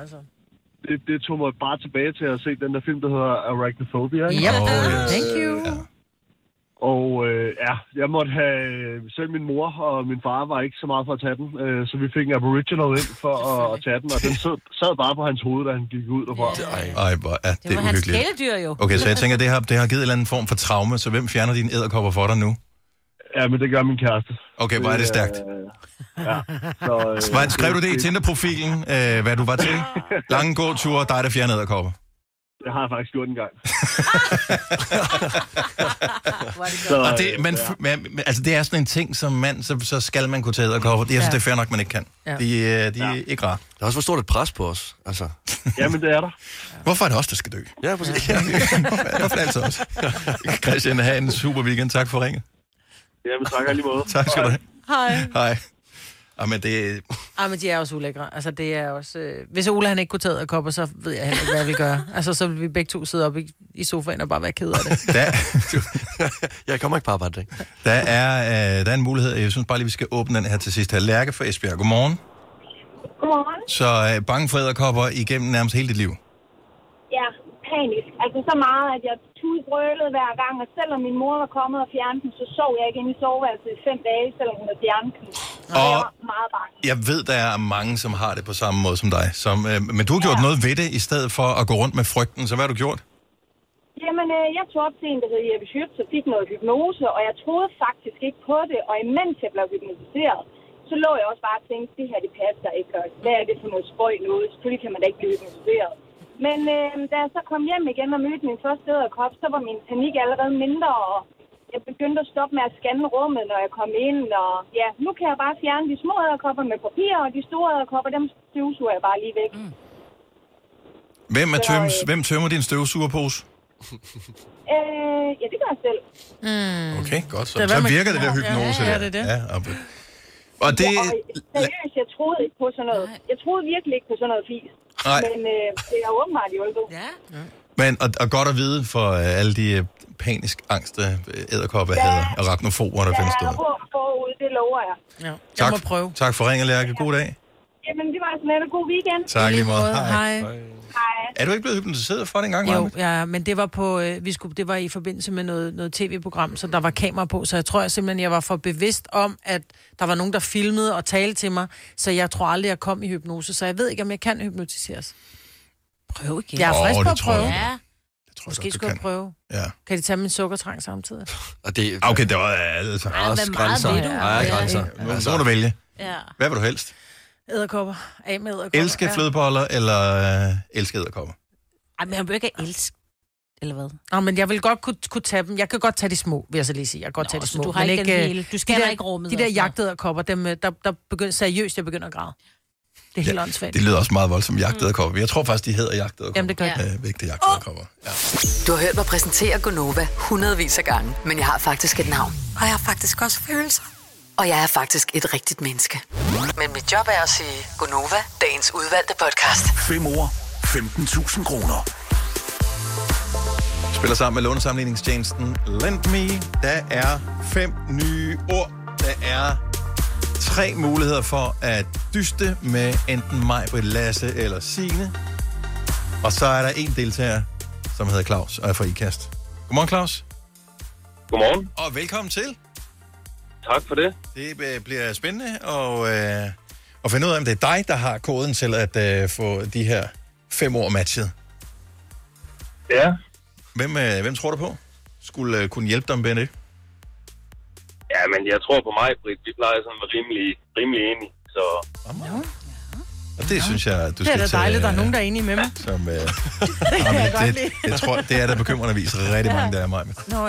Det tog mig bare tilbage til at se den der film, der hedder Arachnophobia. Yep. Thank you. Ja. Og jeg måtte have... Selv min mor og min far var ikke så meget for at tage den, så vi fik en aboriginal ind for at tage den, og den sad bare på hans hoved, da han gik ud derfra. Ej, hvor er det var uhyggeligt. hans kæledyr jo. Okay, så jeg tænker, det har givet en eller anden form for traume, så hvem fjerner dine edderkopper for dig nu? Ja, men det gør min kæreste. Okay, hvor er det stærkt. Skrev du det i Tinder-profilen, hvad du var til? Lange gåture, dig der fjerner edderkopper. Det har jeg faktisk gjort en gang. Altså, det er sådan en ting, som mand, så skal man kunne tage edderkopper. Jeg synes, det er fair nok, man ikke kan. Ja. De er ikke rare. Der er også for stort et pres på os. Altså. Jamen, det er der. Hvorfor er det os, der skal dø? Ja, præcis. Hvorfor er det altid os? Christian, have en super weekend. Tak for ringet. Jamen, tak lige måde. Tak skal du have. Hej. Men det... men de er også ulækre. Altså, det er også... Hvis Ola han ikke kunne tage edderkopper, så ved jeg heller ikke, hvad jeg vil gøre. Altså, så vil vi begge to sidde oppe i sofaen og bare være ked af det. Jeg kommer ikke på arbejde, ikke? Der er en mulighed. Jeg synes bare lige, vi skal åbne den her til sidst. Lærke fra Esbjerg. Godmorgen. Godmorgen. Så bange for edderkopper igennem nærmest hele dit liv? Ja, panisk. Altså så meget, at jeg tudbrølede hver gang, og selvom min mor var kommet og fjernet den, så sov jeg ikke inde i soveværelset i 5 dage, selvom hun havde fjernet den. Og jeg var meget bange. Jeg ved, der er mange, som har det på samme måde som dig. Men du har gjort noget ved det, i stedet for at gå rundt med frygten. Så hvad har du gjort? Jamen, jeg tog op til en, der hed Jeppe Schütz, og fik noget hypnose, og jeg troede faktisk ikke på det. Og imens jeg blev hypnotiseret, så lå jeg også bare og tænkte, det her, det passer ikke. Og hvad er det for noget spøj noget? Selvfølgelig kan man da ikke blive hypnotiseret. Men da jeg så kom hjem igen og mødte min første edderkop, så var min panik allerede mindre, og jeg begyndte at stoppe med at scanne rummet, når jeg kom ind. Og ja, nu kan jeg bare fjerne de små edderkopper med papir, og de store edderkopper, dem støvsuger jeg bare lige væk. Hvem tømmer din støvsugerpose? Ja, det gør jeg selv. Okay, godt. Så virker det der hypnose der. Ja, det er det. Ja, og det... seriøst, jeg troede ikke på sådan noget. Jeg troede virkelig ikke på sådan noget fis. Nej. Men det er åbenbart hjulpet. Ja. Men, og godt at vide for alle de panisk angste edderkopper, arachnofober, der findes der. Ja, forud, det lover jeg. Ja. Jeg må prøve. Tak for ringen, Lærke. God dag. Jamen, det var sådan en god weekend. Tak lige måde. Hej. Er du ikke blevet hypnotiseret for det engang? Jo, ja, men det var på, det var i forbindelse med noget tv-program, så der var kamera på, så jeg tror simpelthen, jeg var for bevidst om, at der var nogen, der filmede og talte til mig, så jeg tror aldrig, jeg kom i hypnose, så jeg ved ikke, om jeg kan hypnotiseres. Prøv igen. Jeg er frisk på at prøve. Ja. Måske skulle jeg prøve. Ja. Kan de tage min sukkertrang samtidig? Og det, okay, det var altså også grænser. Ja, grænser. Så må du vælge. Ja. Hvad vil du helst? Edderkopper. Af med edderkopper. Elske flødeboller eller elske edderkopper? Ej, men jeg vil ikke elske. Eller hvad? Nå, men jeg vil godt kunne tage dem. Jeg kan godt tage de små, vil jeg så lige sige. Jeg kan godt tage de små. Du har ikke den hele. Du skal ikke rummet. De der jagtedderkopper, dem, der begynder seriøst, jeg begynder at græde. Det er helt åndssvagt. Det lyder også meget voldsomt, jagtedderkopper. Jeg tror faktisk, de hedder jagtedderkopper. Jamen, det gør jeg. Vægte jagtedderkopper. Ja. Du har hørt mig præsentere Gonova hundredvis af gange, men jeg har faktisk et navn. Og jeg har faktisk også følelser. Og jeg er faktisk et rigtigt menneske. Men mit job er at sige Gonova, dagens udvalgte podcast. 5 år, 15.000 kroner. Spiller sammen med lånesamligningstjenesten LendMe. Der er 5 nye ord. Der er 3 muligheder for at dyste med enten mig, Britt, Lasse eller Signe. Og så er der en deltager, som hedder Claus og er fra IKAST. Godmorgen, Claus. Godmorgen. Og velkommen til. Tak for det. Det bliver spændende at finde ud af, om det er dig, der har koden til at få de her 5 ord matchet. Ja. Hvem tror du på? Skulle kunne hjælpe dig med det? Ja, men jeg tror på mig, Britt. Vi plejer sådan at være rimelig enige, så... Og det synes jeg, du skal tage... Det er da dejligt, der er nogen, der er enige med mig. Som, det kan jeg godt lide. Jeg tror, det er der bekymrende vis rigtig mange, der er mig med. Nå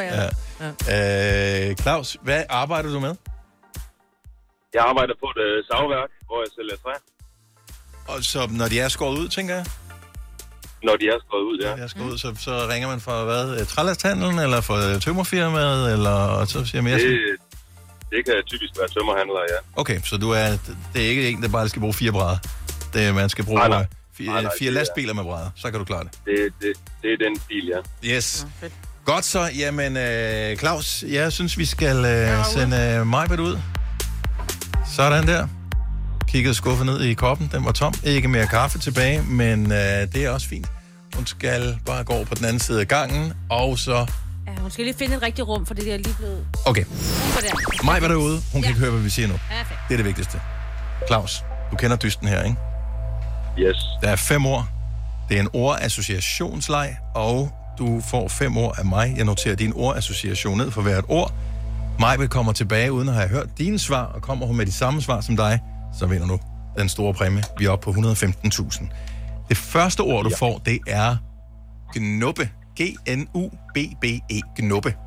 ja. Claus, hvad arbejder du med? Jeg arbejder på et savværk, hvor jeg sælger træ. Og så når de er skåret ud, tænker jeg? Når de er skåret ud, ja. Når de er skåret ud, så ringer man fra hvad? Trælasthandlen, eller fra tømmerfirmaet, eller og så siger mere sådan? Det kan typisk være tømmerhandler, ja. Okay, så det er ikke en, der bare skal bruge 4 brædder. Man skal bruge 4 lastbiler med brædder, så kan du klare det. Det er den stil, ja. Yes. Godt så, jamen Claus, jeg synes, vi skal sende Majbert ud. Sådan der. Kiggede skuffet ned i koppen, den var tom. Ikke mere kaffe tilbage, men det er også fint. Hun skal bare gå over på den anden side af gangen, og så... Ja, hun skal lige finde et rigtigt rum, for det er lige blevet... Okay. Majbert er ude. Hun kan ikke høre, hvad vi siger nu. Perfekt. Det er det vigtigste. Claus, du kender dysten her, ikke? Yes. Der er 5 ord. Det er en ordassociationsleg, og du får 5 ord af mig. Jeg noterer din ordassociation ned for hvert ord. Majbert kommer tilbage, uden at have hørt dine svar, og kommer hun med de samme svar som dig, så vinder du den store præmie. Vi er oppe på 115.000. Det første ord, du får, det er gnubbe. G-N-U-B-B-E. Gnubbe.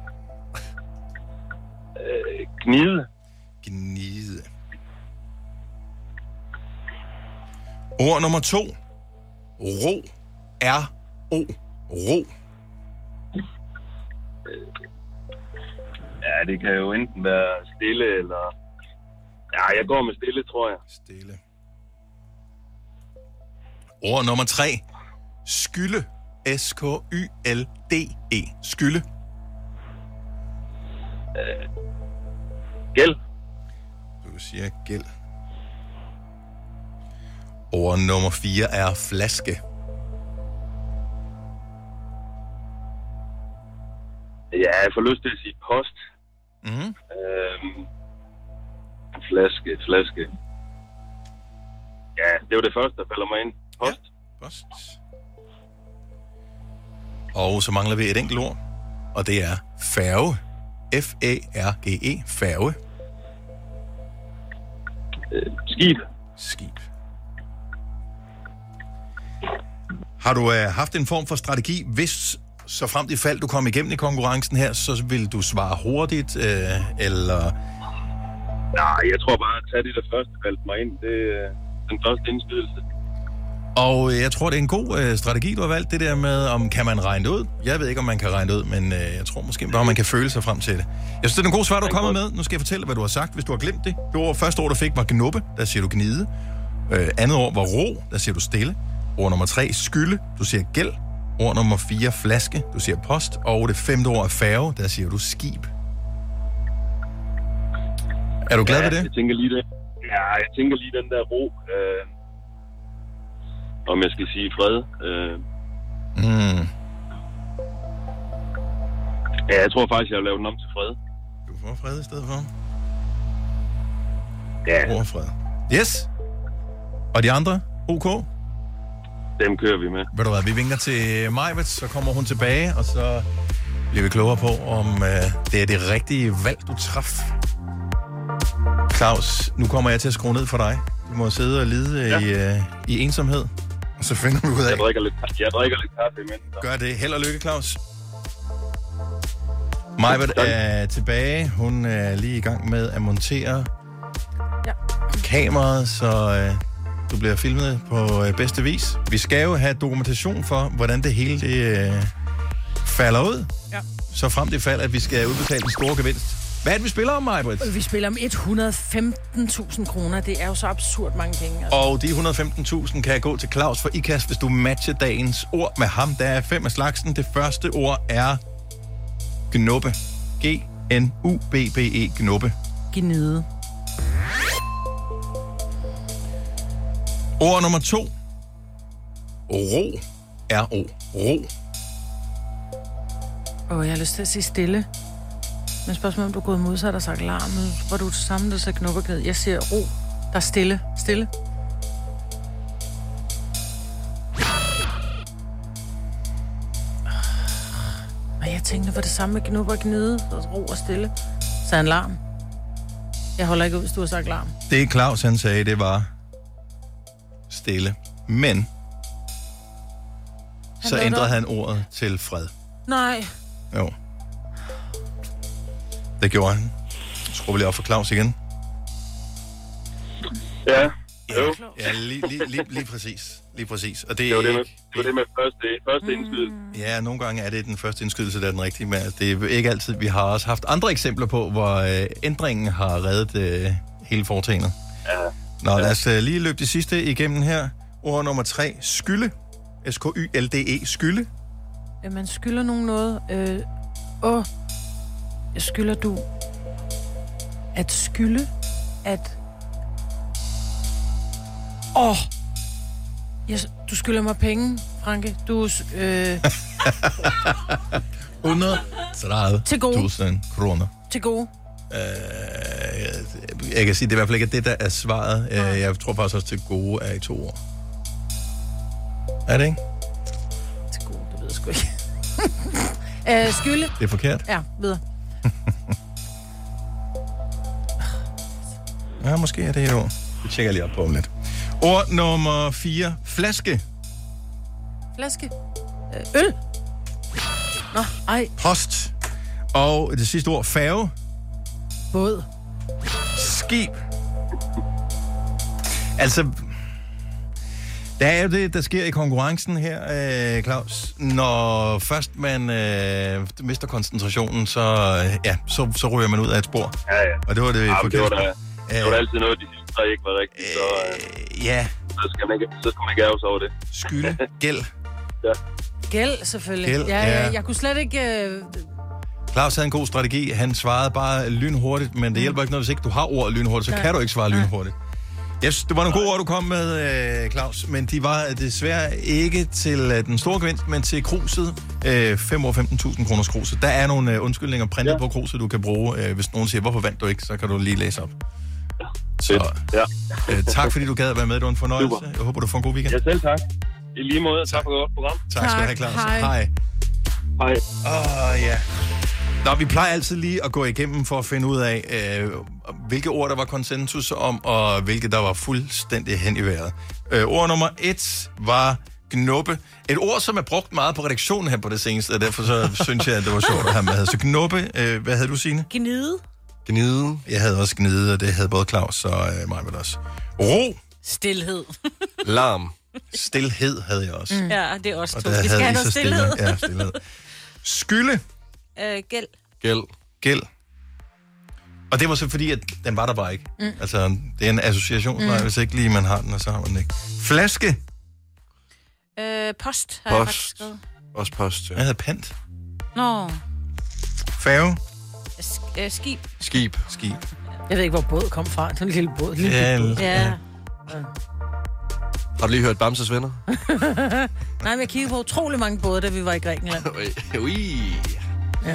Gnide. Gnide. Ord nummer 2. Ro. R-O. Ro. Ja, det kan jo enten være stille, eller... Ja, jeg går med stille, tror jeg. Stille. Ord nummer 3. Skylde. S-K-Y-L-D-E. Skylde. Gæld. Du siger gæld. Ord nummer 4 er flaske. Ja, jeg får lyst til at sige post. Mm-hmm. Flaske. Ja, det var det første, der falder mig ind. Post. Ja, post. Og så mangler vi et enkelt ord, og det er færge. F-A-R-G-E. Færge. Skib. Skib. Har du haft en form for strategi, hvis så frem til fald du kom igennem i konkurrencen her, så vil du svare hurtigt, eller... Nej, jeg tror bare, at tage det, der første faldt mig ind. Det er den første indskydelse. Og jeg tror, det er en god strategi, du har valgt, det der med, om kan man regne det ud. Jeg ved ikke, om man kan regne det ud, men jeg tror måske bare, man kan føle sig frem til det. Jeg synes, det er en god svar, du er kommet med. Nu skal jeg fortælle, hvad du har sagt, hvis du har glemt det. Første ord, du fik, var gnubbe. Der siger du gnide. Andet ord var ro. Der siger du stille. Ord nummer 3, skylde. Du siger gæld. Ord nummer 4, flaske. Du siger post. Og det 5. ord er færge. Der siger du skib. Er du glad ved det? Jeg tænker lige det. Ja, jeg tænker lige den der ro. Om jeg skal sige fred. Ja, jeg tror faktisk, jeg vil lave den om til fred. Du får fred i stedet for? Ja. Ro og fred. Yes. Og de andre? OK? Dem kører vi med. Ved du hvad, vi vinker til Majbet, så kommer hun tilbage, og så bliver vi klogere på, om det er det rigtige valg, du traf. Claus, nu kommer jeg til at skrue ned for dig. Du må sidde og lide i ensomhed, og så finder vi ud af... Jeg drikker lidt kaffe imens. Gør det. Held og lykke, Claus. Majbet er tilbage. Hun er lige i gang med at montere kameraet, så du bliver filmet på bedste vis. Vi skal jo have dokumentation for, hvordan det hele det, falder ud. Ja. Så frem det falder, at vi skal udbetale en stor gevinst. Hvad er det, vi spiller om, Majbrit? Vi spiller om 115.000 kroner. Det er jo så absurd mange penge. Altså. Og de 115.000 kan gå til Claus for IKAST, hvis du matcher dagens ord med ham. Der er 5 af slagsen. Det første ord er gnubbe. G-N-U-B-B-E. Gnubbe. Gnide. Ord nummer 2. Ro. R-O. Ro. Jeg har lyst til at sige stille. Men spørgsmålet om du er gået modsat og sagt larm, hvor du sammen, der så knupperkæde. Jeg siger ro. Der er stille. Stille. Og jeg tænkte, var det samme med knupper og gnide, ro og stille. Så en larm. Jeg holder ikke ud, hvis du har sagt larm. Det Claus, han sagde, det var stille. Men så ændrede han ordet til fred. Nej. Jo. Det gjorde han. Skruer vi lige op for Claus igen. Ja. Ja, lige præcis. Lige præcis. Og det er det med første indskydelse. Ja, nogle gange er det den første indskydelse, der er den rigtige. Men det er ikke altid. Vi har også haft andre eksempler på, hvor ændringen har reddet hele foretagendet. Ja. Nå, lad os lige løbe det sidste igennem her. Ord nummer 3. Skylde. S-K-Y-L-D-E. Skylde. Man skylder nogen noget. Jeg skylder du at skylde, at... du skylder mig penge, Franke. Du... 130.000 kroner. Til gode. Jeg kan sige, det er i hvert fald ikke det, der er svaret. Jeg tror faktisk også, til gode er i 2 ord. Er det ikke? Til gode, det ved jeg sgu ikke. Skylde. Det er forkert. Ja, videre. Ja, måske er det et ord. Det tjekker jeg lige op på om lidt. Ord nummer 4. Flaske. Flaske. Øl. Nå, ej. Post. Og det sidste ord. Færge. Båd. Skib. Altså, der er jo det, der sker i konkurrencen her, Claus. Når først man mister koncentrationen, så ryger man ud af et spor. Ja. Og det var det forkert. Det var altid noget, de sidste 3 ikke var rigtigt, så så skal man ikke ærge sig over det. Skylde. Gæld. Ja. Gæld, selvfølgelig. Gæld, ja. Jeg kunne slet ikke... Claus havde en god strategi. Han svarede bare lynhurtigt, men det hjælper ikke noget, hvis ikke du har ordet lynhurtigt, så kan du ikke svare lynhurtigt. Yes, det var nogle gode ord, du kom med, Claus, men de var desværre ikke til den store gevinst, men til kruset. 5 år 15.000 kroners kruset. Der er nogle undskyldninger printet på kruset, du kan bruge. Hvis nogen siger, hvorfor vandt du ikke, så kan du lige læse op. Så tak, fordi du gad at være med. Det var en fornøjelse. Super. Jeg håber, du får en god weekend. Ja, selv tak. I lige måde. Tak for godt program. Tak skal du have, Claus. Hej. Ja. Nå, vi plejer altid lige at gå igennem for at finde ud af, hvilke ord der var konsensus om, og hvilke der var fuldstændig hen i vejret. Ord nummer 1 var gnubbe. Et ord, som er brugt meget på redaktionen her på det seneste, og derfor så synes jeg, at det var sjovt at have med. Så gnubbe, hvad havde du, Signe? Gnide. Gnide. Jeg havde også gnide, og det havde både Claus og mig med også. Ro. Stilhed. Larm. Stilhed havde jeg også. Ja, det er også og to. Vi skal have noget stilhed. Ja, stilhed. Skylde. Gæld. Gæld. Og det var så fordi, at den var der bare ikke. Altså, det er en association, hvis ikke lige man har den, og så har man den ikke. Flaske. Post har jeg faktisk skrevet. Også post, ja. Jeg havde pant. Nå. Færge. Skib. Jeg ved ikke, hvor båd kom fra. Det er en lille båd. Ja. Har du lige hørt Bamses venner? Nej, men jeg kiggede på utrolig mange både, da vi var i Grækenland. Ja.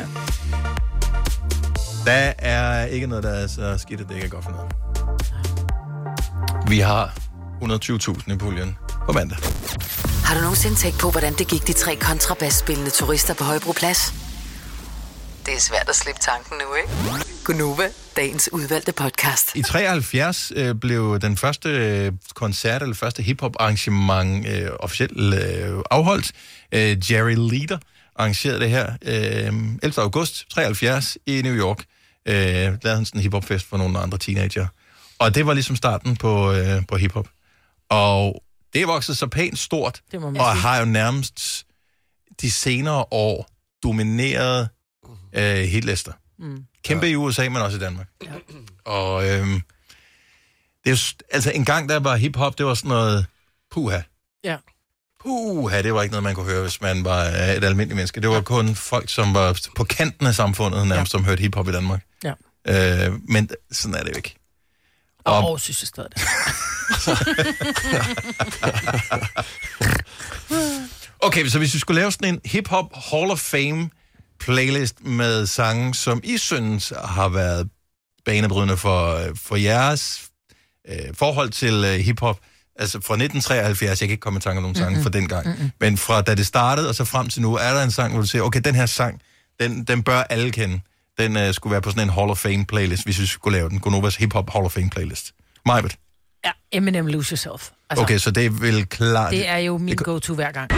Der er ikke noget, der er så skidt, at det ikke er godt for noget. Vi har 120.000 i puljen på mandag. Har du nogensinde tænkt på, hvordan det gik de 3 kontrabasspillende turister på Højbroplads? Det er svært at slippe tanken nu, ikke? Gunova, dagens udvalgte podcast. I 73 blev den første koncert, eller første hiphop arrangement officielt afholdt. Jerry Leader arrangerede det her 11. august 73 i New York. Lavede han sådan en hiphopfest for nogle andre teenager. Og det var ligesom starten på hiphop. Og det er vokset så pænt stort, og har jo nærmest de senere år domineret hitlister. Kæmpe i USA, men også i Danmark. Ja. Og det er jo, altså en gang der var hiphop, det var sådan noget puha. Ja. Puha, det var ikke noget, man kunne høre, hvis man var et almindeligt menneske. Det var kun folk, som var på kanten af samfundet, nærmest, som hørte hiphop i Danmark. Ja. Men sådan er det jo ikke. Og synes jeg stadig det. Okay, så hvis vi skulle lave sådan en hip-hop Hall of Fame playlist med sange, som I synes har været banebrydende for jeres forhold til hip-hop, altså fra 1973, jeg kan ikke komme i tanke om nogen sange fra den gang, men fra da det startede og så frem til nu, er der en sang, hvor du siger, okay, den her sang, den bør alle kende. Den skulle være på sådan en Hall of Fame playlist, hvis vi skulle lave den. Gunovas hip-hop Hall of Fame playlist. Majbet? Ja, Eminem Lose Yourself. Altså, okay, så det er vel klart... Det er jo min go-to hver gang.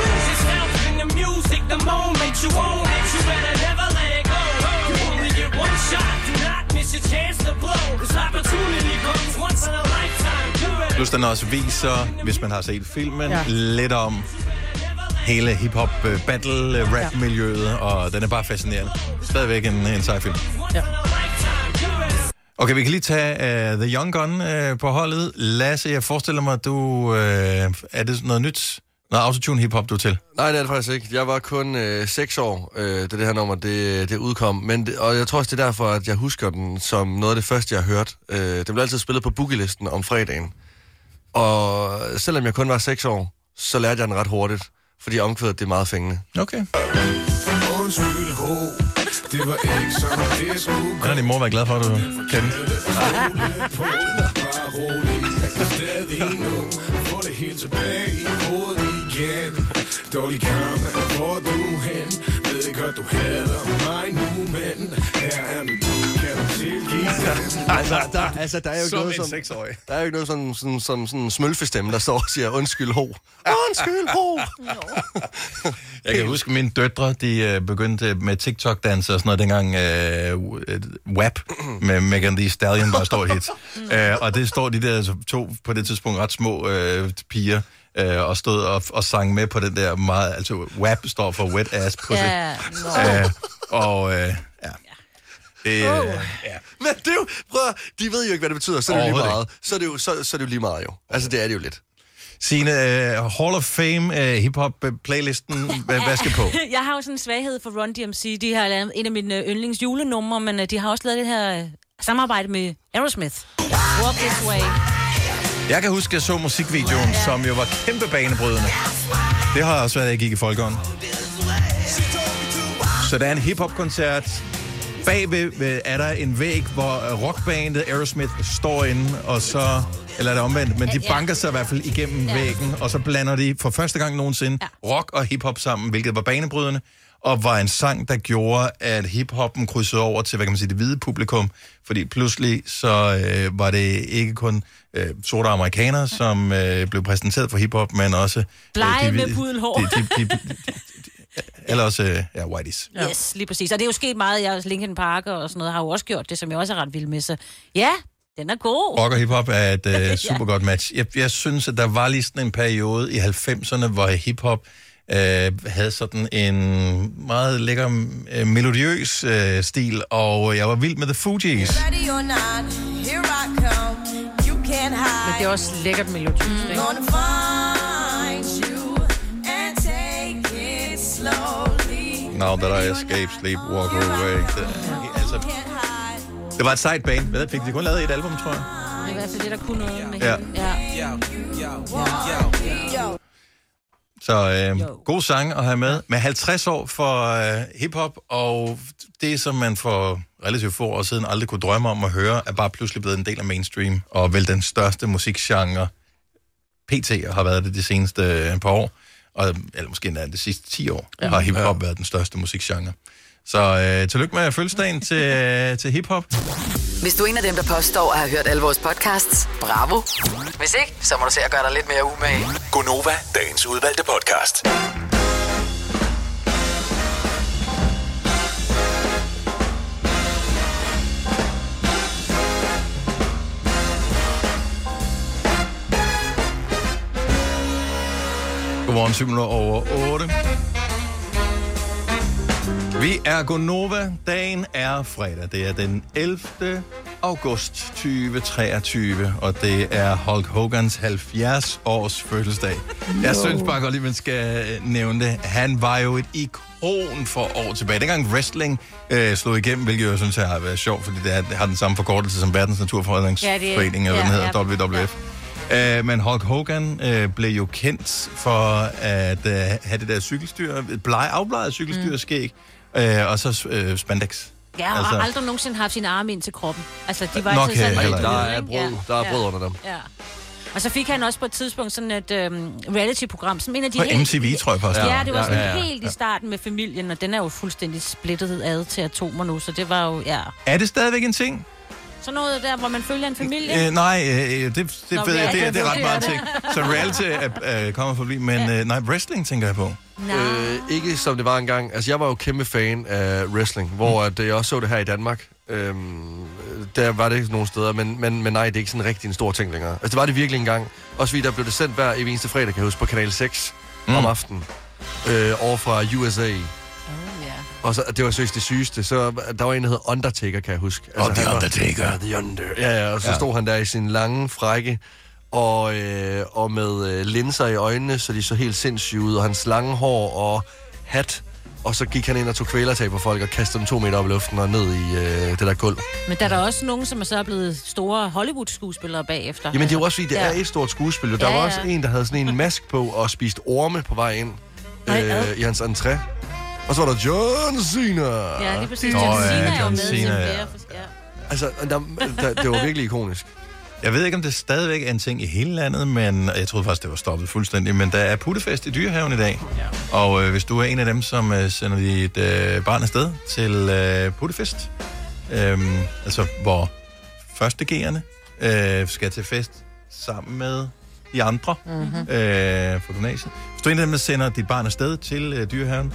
Plus den også viser, hvis man har set filmen, lidt om hele hip-hop battle rap miljøet, og den er bare fascinerende. Stadigvæk en sej film. Ja. Okay, vi kan lige tage The Young Gun på holdet. Lasse, jeg forestiller mig, at du... er det noget nyt? Noget autotune hip-hop, du er til? Nej, det er det faktisk ikke. Jeg var kun 6 år, da det her nummer det udkom. Og jeg tror også, det er derfor, at jeg husker den som noget af det første, jeg har hørt. Det blev altid spillet på boogielisten om fredagen. Og selvom jeg kun var 6 år, så lærte jeg den ret hurtigt. Fordi omkvædet, det er meget fængende. Okay. Den har din mor været glad for, at du kender. Dårlig kamp, hvor du hen. Ved godt, du hader mig nu, men her er min kan du tilgive. Der er jo ikke noget som 6-årig. Der er jo ikke noget sådan en smølfestemme, der står og siger, undskyld ho. Undskyld ho. Jeg kan huske, mine døtre, de begyndte med TikTok-danser og sådan noget, dengang WAP med Megan Thee Stallion bare står hit. Og det står de der 2 på det tidspunkt ret små piger, og stod og sang med på den der meget... Altså, WAP står for Wet Ass Pussy. Ja, ja. Men det er jo... Prøv, de ved jo ikke, hvad det betyder, så er det jo lige meget. Så er det jo lige meget, jo. Altså, det er det jo lidt. Signe, Hall of Fame hip-hop-playlisten, hvad skal på? Jeg har jo sådan en svaghed for Run DMC. De har lavet en af mine yndlingsjulenumre, men de har også lavet det her samarbejde med Aerosmith. Walk This Way. Jeg kan huske, at jeg så musikvideoen, som jo var kæmpe banebrydende. Det har også været, at jeg gik i folkeånd. Så der er en hip-hop-koncert. Bagved er der en væg, hvor rockbandet Aerosmith står inde, og så... Eller er det omvendt, men de banker sig i hvert fald igennem væggen, og så blander de for første gang nogensinde rock og hiphop sammen, hvilket var banebrydende, og var en sang, der gjorde, at hiphoppen krydsede over til, hvad kan man sige, det hvide publikum, fordi pludselig så var det ikke kun sorte amerikanere, som blev præsenteret for hiphop, men også... Blege med pudelhår. Eller også, whiteys. Ja. Yes, lige præcis. Og det er jo sket meget, Linkin Park og sådan noget har jo også gjort det, som jeg også er ret vild med, så ja... Den er god. Rock og hiphop er et super godt match. Jeg synes, at der var lige sådan en periode i 90'erne, hvor hiphop havde sådan en meget lækker melodiøs stil, og jeg var vild med The Fugees. Men det er også lækkert melodiøst, ikke? Now that I escape, sleep, walk away. Det var et sejt band. Hvad fik de kun lavet et album, tror jeg? Det er i hvert fald det, der kunne noget med hende. Så god sang at have med. Med 50 år for hiphop, og det, som man for relativt få år siden aldrig kunne drømme om at høre, er bare pludselig blevet en del af mainstream, og vel den største musikgenre PT har været det de seneste par år. eller måske endda de sidste 10 år, har hiphop været den største musikgenre. Så tillykke med fødselsdagen til hiphop. Hvis du er en af dem, der påstår at have hørt alle vores podcasts, bravo. Hvis ikke, så må du se at gøre dig lidt mere umage. Gonova, dagens udvalgte podcast. Godmorgen, 7:08. Vi er Gonova. Dagen er fredag. Det er den 11. august 2023, og det er Hulk Hogans 70-års fødselsdag. Jeg synes bare godt lige, man skal nævne det. Han var jo et ikon for år tilbage. Dengang wrestling slog igennem, hvilket jeg synes har været sjovt, fordi det har den samme forkortelse som Verdens Naturfredningsforening, eller hvad den hedder, WWF. Men Hulk Hogan blev jo kendt for at have det der cykelstyr, afbleget cykelstyrskæg, og så spandex. Ja, og altså, aldrig nogensinde haft sin arme ind til kroppen. Altså, de var nok altid sådan... Der er brød under dem. Ja. Og så fik han også på et tidspunkt sådan et reality-program, som en af de... På MTV, tror jeg faktisk. Ja, det var sådan helt i starten med familien, og den er jo fuldstændig splittet ad til atomer nu, så det var jo... Ja. Er det stadigvæk en ting? Så noget der, hvor man følger en familie? Nej, det ved jeg, det er ret meget ting. Så reality kommer forbi, men nej, wrestling tænker jeg på. Ikke som det var engang. Altså, jeg var jo kæmpe fan af wrestling, hvor at jeg også så det her i Danmark. Der var det ikke nogen steder, men nej, det er ikke sådan rigtig en stor ting længere. Altså, det var det virkelig engang. Også fordi der blev det sendt hver eneste fredag, kan jeg huske, på Kanal 6 om aftenen. Over fra USA. Og så, det var seriøst det sygeste. Så der var en, der hed Undertaker, kan jeg huske. Altså, The Undertaker. The Under. Ja, og så stod han der i sin lange frække, og med linser i øjnene, så de så helt sindssyge ud, og hans lange hår og hat. Og så gik han ind og tog kvælertag på folk og kastede dem 2 meter op i luften og ned i det der gulv. Men der er der også nogen, som er så blevet store Hollywood-skuespillere bagefter. Jamen det er jo også fordi, det er et stort skuespil. Der var også en, der havde sådan en mask på og spiste orme på vej ind i hans entré. Og så var der John Cena. Ja, lige præcis. John Cena er jo med. Altså, det var virkelig ikonisk. Jeg ved ikke, om det stadigvæk er en ting i hele landet, men jeg troede faktisk, det var stoppet fuldstændig. Men der er puttefest i Dyrehaven i dag. Ja. Og hvis du er en af dem, som sender dit barn afsted til puttefest, altså hvor første G'erne skal til fest sammen med de andre fra gymnasiet. Hvis du er en af dem, der sender dit barn afsted til Dyrehaven,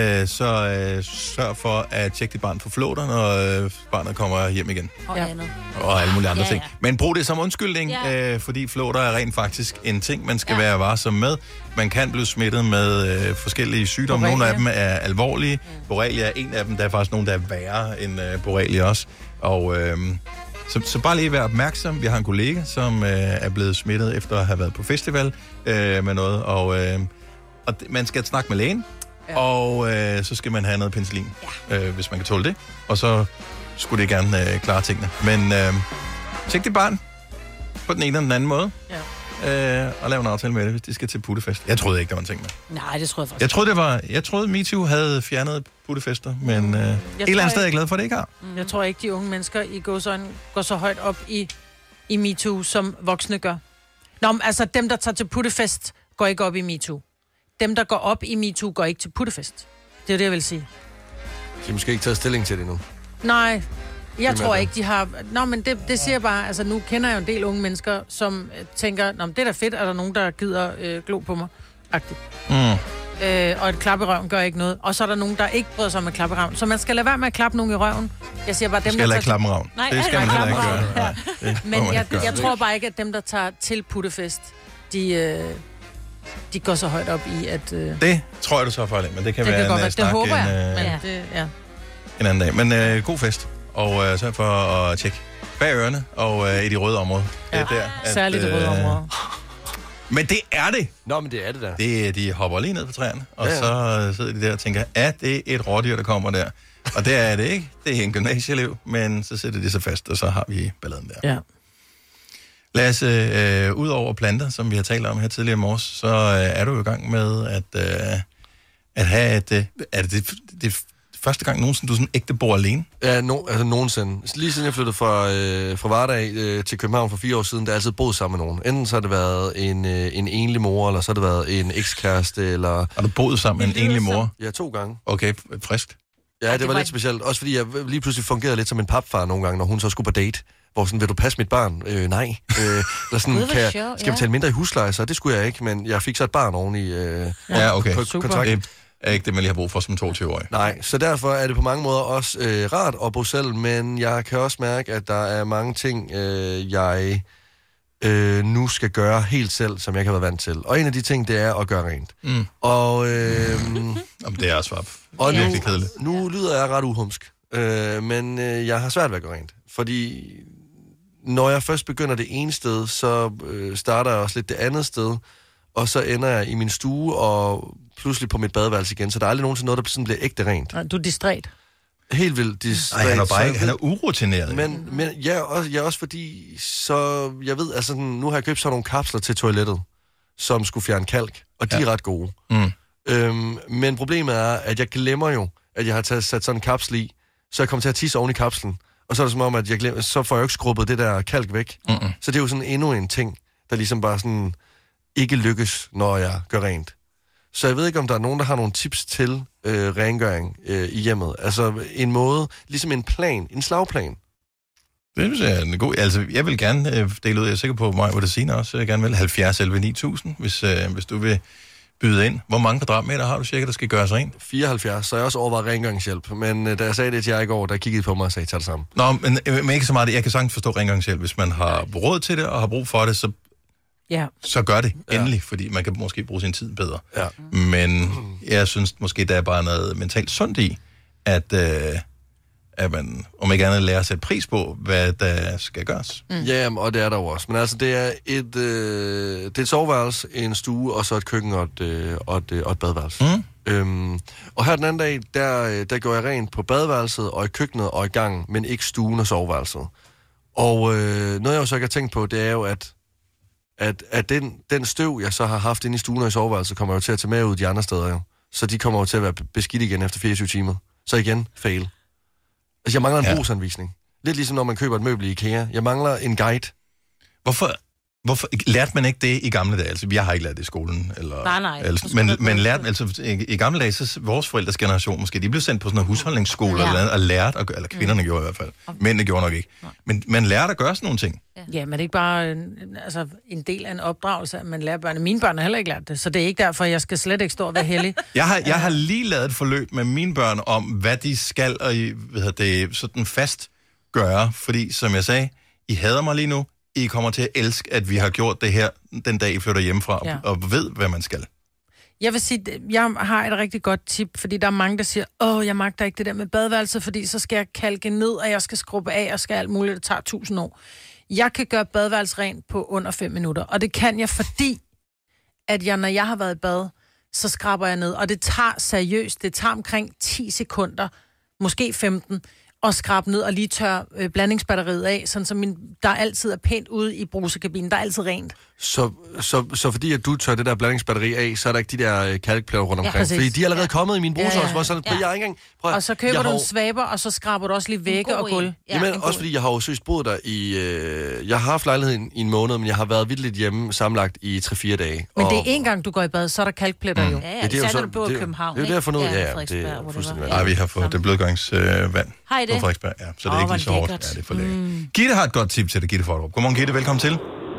så sørg for at tjekke dit barn for flåter, når barnet kommer hjem igen. Og alle mulige andre ting. Men brug det som undskyldning, fordi flåter er rent faktisk en ting, man skal være varsom med. Man kan blive smittet med forskellige sygdomme. Nogle af dem er alvorlige. Borrelia er en af dem. Der er faktisk nogle, der er værre end borrelia også. Og så bare lige være opmærksom. Vi har en kollega, som er blevet smittet efter at have været på festival med noget. Og man skal snakke med lægen. Ja. Og så skal man have noget penicillin, hvis man kan tåle det. Og så skulle det gerne klare tingene. Men tjek dit barn på den ene eller den anden måde. Ja. Og lav en aftale med det, hvis de skal til puttefest. Jeg troede ikke, der var en ting med. Nej, det troede jeg faktisk. Jeg troede MeToo havde fjernet puttefester, men et eller andet sted er jeg glad for, at det ikke har. Jeg tror ikke, de unge mennesker i gåsøjne går så højt op i MeToo, som voksne gør. Nå, men altså dem, der tager til puttefest, går ikke op i MeToo. Dem, der går op i MeToo, går ikke til puttefest. Det er det, jeg vil sige. De har måske ikke taget stilling til det nu. Nej, jeg tror ikke, de har... Nå, men det siger bare... Altså, nu kender jeg jo en del unge mennesker, som tænker, nå, det er da fedt, er der nogen, der gider glo på mig. Agtigt. Og et klap i røven gør ikke noget. Og så er der nogen, der ikke bryder sig med klap i røven. Så man skal lade være med at klappe nogen i røven. Jeg siger bare, dem, der tager... klappe i røven. Nej, det skal man heller ikke gøre. Ja. Men jeg tror bare ikke, at dem, der tager til puttefest, de går så højt op i, at... Det tror jeg, du så fejl, men det kan være en snak. Det håber jeg, men en anden dag. Men god fest, og sørg for at tjekke bag ørerne og i de røde områder. Ja, det er der, særligt de røde områder. Men det er det! Nå, men det er det der. De hopper lige ned på træerne, og så sidder de der og tænker, er det et rådyr, der kommer der? Og det er det ikke. Det er en gymnasieelev, men så sætter de sig fast, og så har vi balladen der. Ja. Lad os, ud over planter, som vi har talt om her tidligere i morges, så er du i gang med at have det første gang nogensinde, du sådan ægte bor alene? Ja, altså nogensinde. Lige siden jeg flyttede fra Vardag til København for 4 år siden, der har jeg altid boet sammen med nogen. Enten så har det været en enlig mor, eller så har det været en ekskæreste, eller... Har du boet sammen med en enlig mor? Ja, 2 gange. Okay, friskt. Ja, det var lidt specielt. Også fordi jeg lige pludselig fungerede lidt som en papfar nogle gange, når hun så skulle på date. Hvor sådan, vil du passe mit barn? Nej. Eller sådan, skal jeg betale mindre i husleje? Så det skulle jeg ikke, men jeg fik så et barn oveni okay. kontrakten. Er ikke det, man lige har brug for som 22-årig. Nej, så derfor er det på mange måder også rart at bo selv, men jeg kan også mærke, at der er mange ting, jeg nu skal gøre helt selv, som jeg kan være vant til. Og en af de ting, det er at gøre rent. Og Jamen, det er også svært. Og nu lyder jeg ret uhumsk, men jeg har svært ved at gøre rent. Fordi når jeg først begynder det ene sted, så starter jeg også lidt det andet sted, og så ender jeg i min stue og pludselig på mit badeværelse igen. Så der er aldrig nogensinde noget, der sådan bliver ægte rent. Du er distræt. Helt vildt distræt. Nej, han er urutineret. Men jeg er også fordi, så jeg ved, altså nu har jeg købt sådan nogle kapsler til toilettet, som skulle fjerne kalk, og de er ret gode. Men problemet er, at jeg glemmer jo, at jeg har sat sådan en kapsel i, så jeg kommer til at tisse oven i kapslen. Og så er det som om, at så får jeg jo ikke skrubbet det der kalk væk. Så det er jo sådan endnu en ting, der ligesom bare sådan ikke lykkes, når jeg gør rent. Så jeg ved ikke, om der er nogen, der har nogle tips til rengøring i hjemmet. Altså en måde, ligesom en plan, en slagplan. Det synes jeg er en god... Altså, jeg vil gerne dele ud, jeg er sikker på mig, hvor det siger også, jeg gerne vil 70 11 9000, hvis du vil byde ind. Hvor mange kvadratmeter har du cirka, der skal gøres rent? 74, så jeg også overvejet rengøringshjælp. Men da jeg sagde det til jer i går, der kiggede på mig og sagde, tag det sammen. Nå, men ikke så meget. Jeg kan sagtens forstå rengøringshjælp. Hvis man har råd til det og har brug for det, så gør det endelig, fordi man kan måske bruge sin tid bedre. Ja. Men jeg synes måske, der er bare noget mentalt sundt i, at man, om ikke andet, lærer at sætte pris på, hvad der skal gøres. Ja, og det er der jo også. Men altså, det er et soveværelse, en stue, og så et køkken og et badeværelse. Og her den anden dag, der gjorde jeg rent på badeværelset og i køkkenet og i gangen, men ikke stuen og soveværelset. Og noget, jeg jo så ikke har tænkt på, det er jo, at den støv, jeg så har haft inde i stuen og i soveværelset, kommer jo til at tage med ud de andre steder jo. Så de kommer jo til at være beskidt igen efter 24 timer. Så igen, fail. Altså, jeg mangler en brugsanvisning. Lidt ligesom når man køber et møbel i IKEA. Jeg mangler en guide. Hvorfor lærte man ikke det i gamle dage? Altså, jeg har ikke lært det i skolen. Eller, nej. Men lærte, altså, i gamle dage, så vores forældres generation måske, de blev sendt på sådan en husholdningsskole eller andet, og lærte, eller kvinderne gjorde i hvert fald. Mændene gjorde nok ikke. Men man lærte at gøre sådan nogle ting. Ja, men det er ikke bare en del af en opdragelse, at man lærer børn. Mine børn har heller ikke lært det, så det er ikke derfor, jeg skal slet ikke stå og være heldig. Jeg har lige lavet et forløb med mine børn om, hvad de skal og sådan fast gøre, fordi som jeg sagde, I hader mig lige nu. I kommer til at elske, at vi har gjort det her, den dag I flytter hjemmefra, og ved, hvad man skal. Jeg vil sige, jeg har et rigtig godt tip, fordi der er mange, der siger, jeg magter ikke det der med badeværelset, fordi så skal jeg kalke ned, og jeg skal skrubbe af, og skal alt muligt, det tager 1000 år. Jeg kan gøre badeværelset rent på under 5 minutter, og det kan jeg, fordi at når jeg har været i bad, så skraber jeg ned, og det tager seriøst, det tager omkring 10 sekunder, måske 15, og skrabe ned og lige tør blandingsbatteriet af, sådan så der altid er pænt ude i brusekabinen. Der er altid rent. Så fordi at du tør det der blandingsbatteri af, så er der ikke de der kalkpletter rundt omkring. Fordi de er allerede kommet i min bruser også, hvor sådan, jeg ikke engang... Og så køber du en svaber, og så skraber du også lige vægge og gulv. Jamen, også fordi jeg har jo søgt boet der i... jeg har haft lejligheden i en måned, men jeg har været vildt hjemme sammenlagt i 3-4 dage. Men det er en gang, du går i bad, så er der kalkpletter jo. Ja, det er jo så, du bor i København. Det er jo derfor noget, det er fuldstændig. Nej, vi har fået det blødgangsvand. Hej det. På Frederiksberg, så det er ikke lige så hårdt. Ja, det er for lækkert. Gitte har et godt tip til dig, Gitte Fortrup. Godmorgen, Gitte. Velkommen til.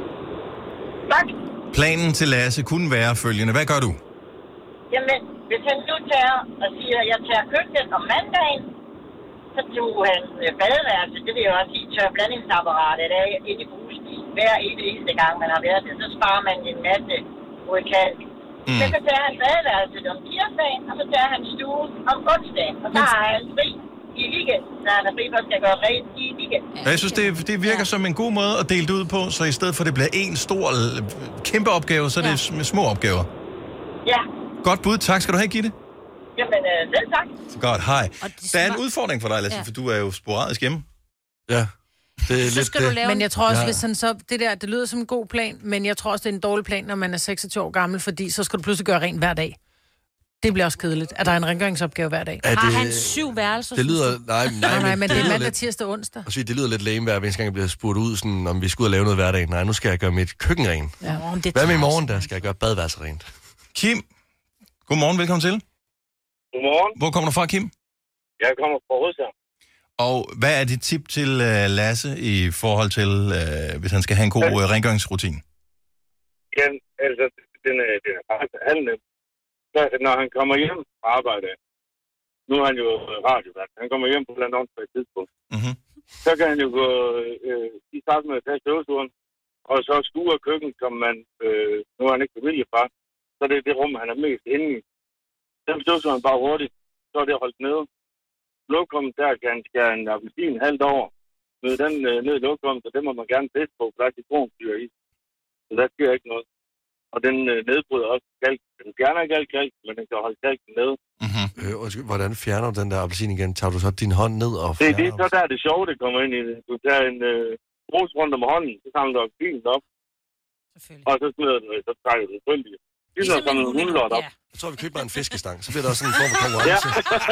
Tak. Planen til Lasse kunne være følgende. Hvad gør du? Jamen, hvis han nu tager og siger, at jeg tager køkkenet om mandagen, så tog han badeværelse, det vil jo også sige tør blandingsapparatet af ind i brusen hver eneste gang, man har været det. Så sparer man en masse kalk. Så tager han badeværelset om tirsdagen, og så tager han stuen om onsdagen, og så har han fri i weekend, så han er fri for at skal gøre rent i weekend. Ja, jeg synes, det virker som en god måde at dele det ud på, så i stedet for, at det bliver en stor, kæmpe opgave, så er det med små opgaver. Ja. Godt bud. Tak skal du have, Gitte. Jamen, selv tak. Godt, hej. Der er en udfordring for dig, Lasse, for du er jo sporadisk hjemme. Ja. Det er så skal du lave... Men jeg tror også, hvis han så... Det lyder som en god plan, men jeg tror også, det er en dårlig plan, når man er 26 år gammel, fordi så skal du pludselig gøre rent hver dag. Det bliver også kedeligt, at der er en rengøringsopgave hver dag. Har han 7 værelser? Det lyder... Nej, men det er mandag, tirsdag, onsdag. Og det lyder lidt lame hver gang jeg bliver spurgt ud, sådan, om vi skal ud og lave noget hverdag. Nej, nu skal jeg gøre mit køkken rent. Ja, hvad med i morgen, der skal jeg gøre badeværelset rent? Kim, godmorgen, velkommen til. Godmorgen. Hvor kommer du fra, Kim? Jeg kommer fra Rødsager. Og hvad er dit tip til Lasse i forhold til, hvis han skal have en god rengøringsrutine? Ja, altså, den er faktisk halvnemt. Når han kommer hjem fra arbejde, nu er han jo radiovært, han kommer hjem på blandt andet på et tidspunkt, så kan han jo gå i start med at tage støvsugeren, og så skue og køkken, som man, nu er han ikke familiefar, så det er det rum, han er mest inde i. Så støvsuger han bare hurtigt, så er det holdt nede. Lokummet der kan han skære en appelsin halvt over, med den ned i lokummet, så det må man gerne fiske på, for der er citronsyre i. Så der sker ikke noget. Og den nedbryder også kalk. Den fjerner ikke alt kalk, men den kan holde kalken nede. Hvordan fjerner du den der appelsin igen? Tager du så din hånd ned og fjerner? Det er så der det sjove, det kommer ind i det. Du tager en brus rundt om hånden, så samler du appelsinen op. Og så smider du, så trækker du selvfølgelig. Ligesom som en hundlort op. Jeg tror, vi køber en fiskestang, så bliver der også sådan en form for konkurrence.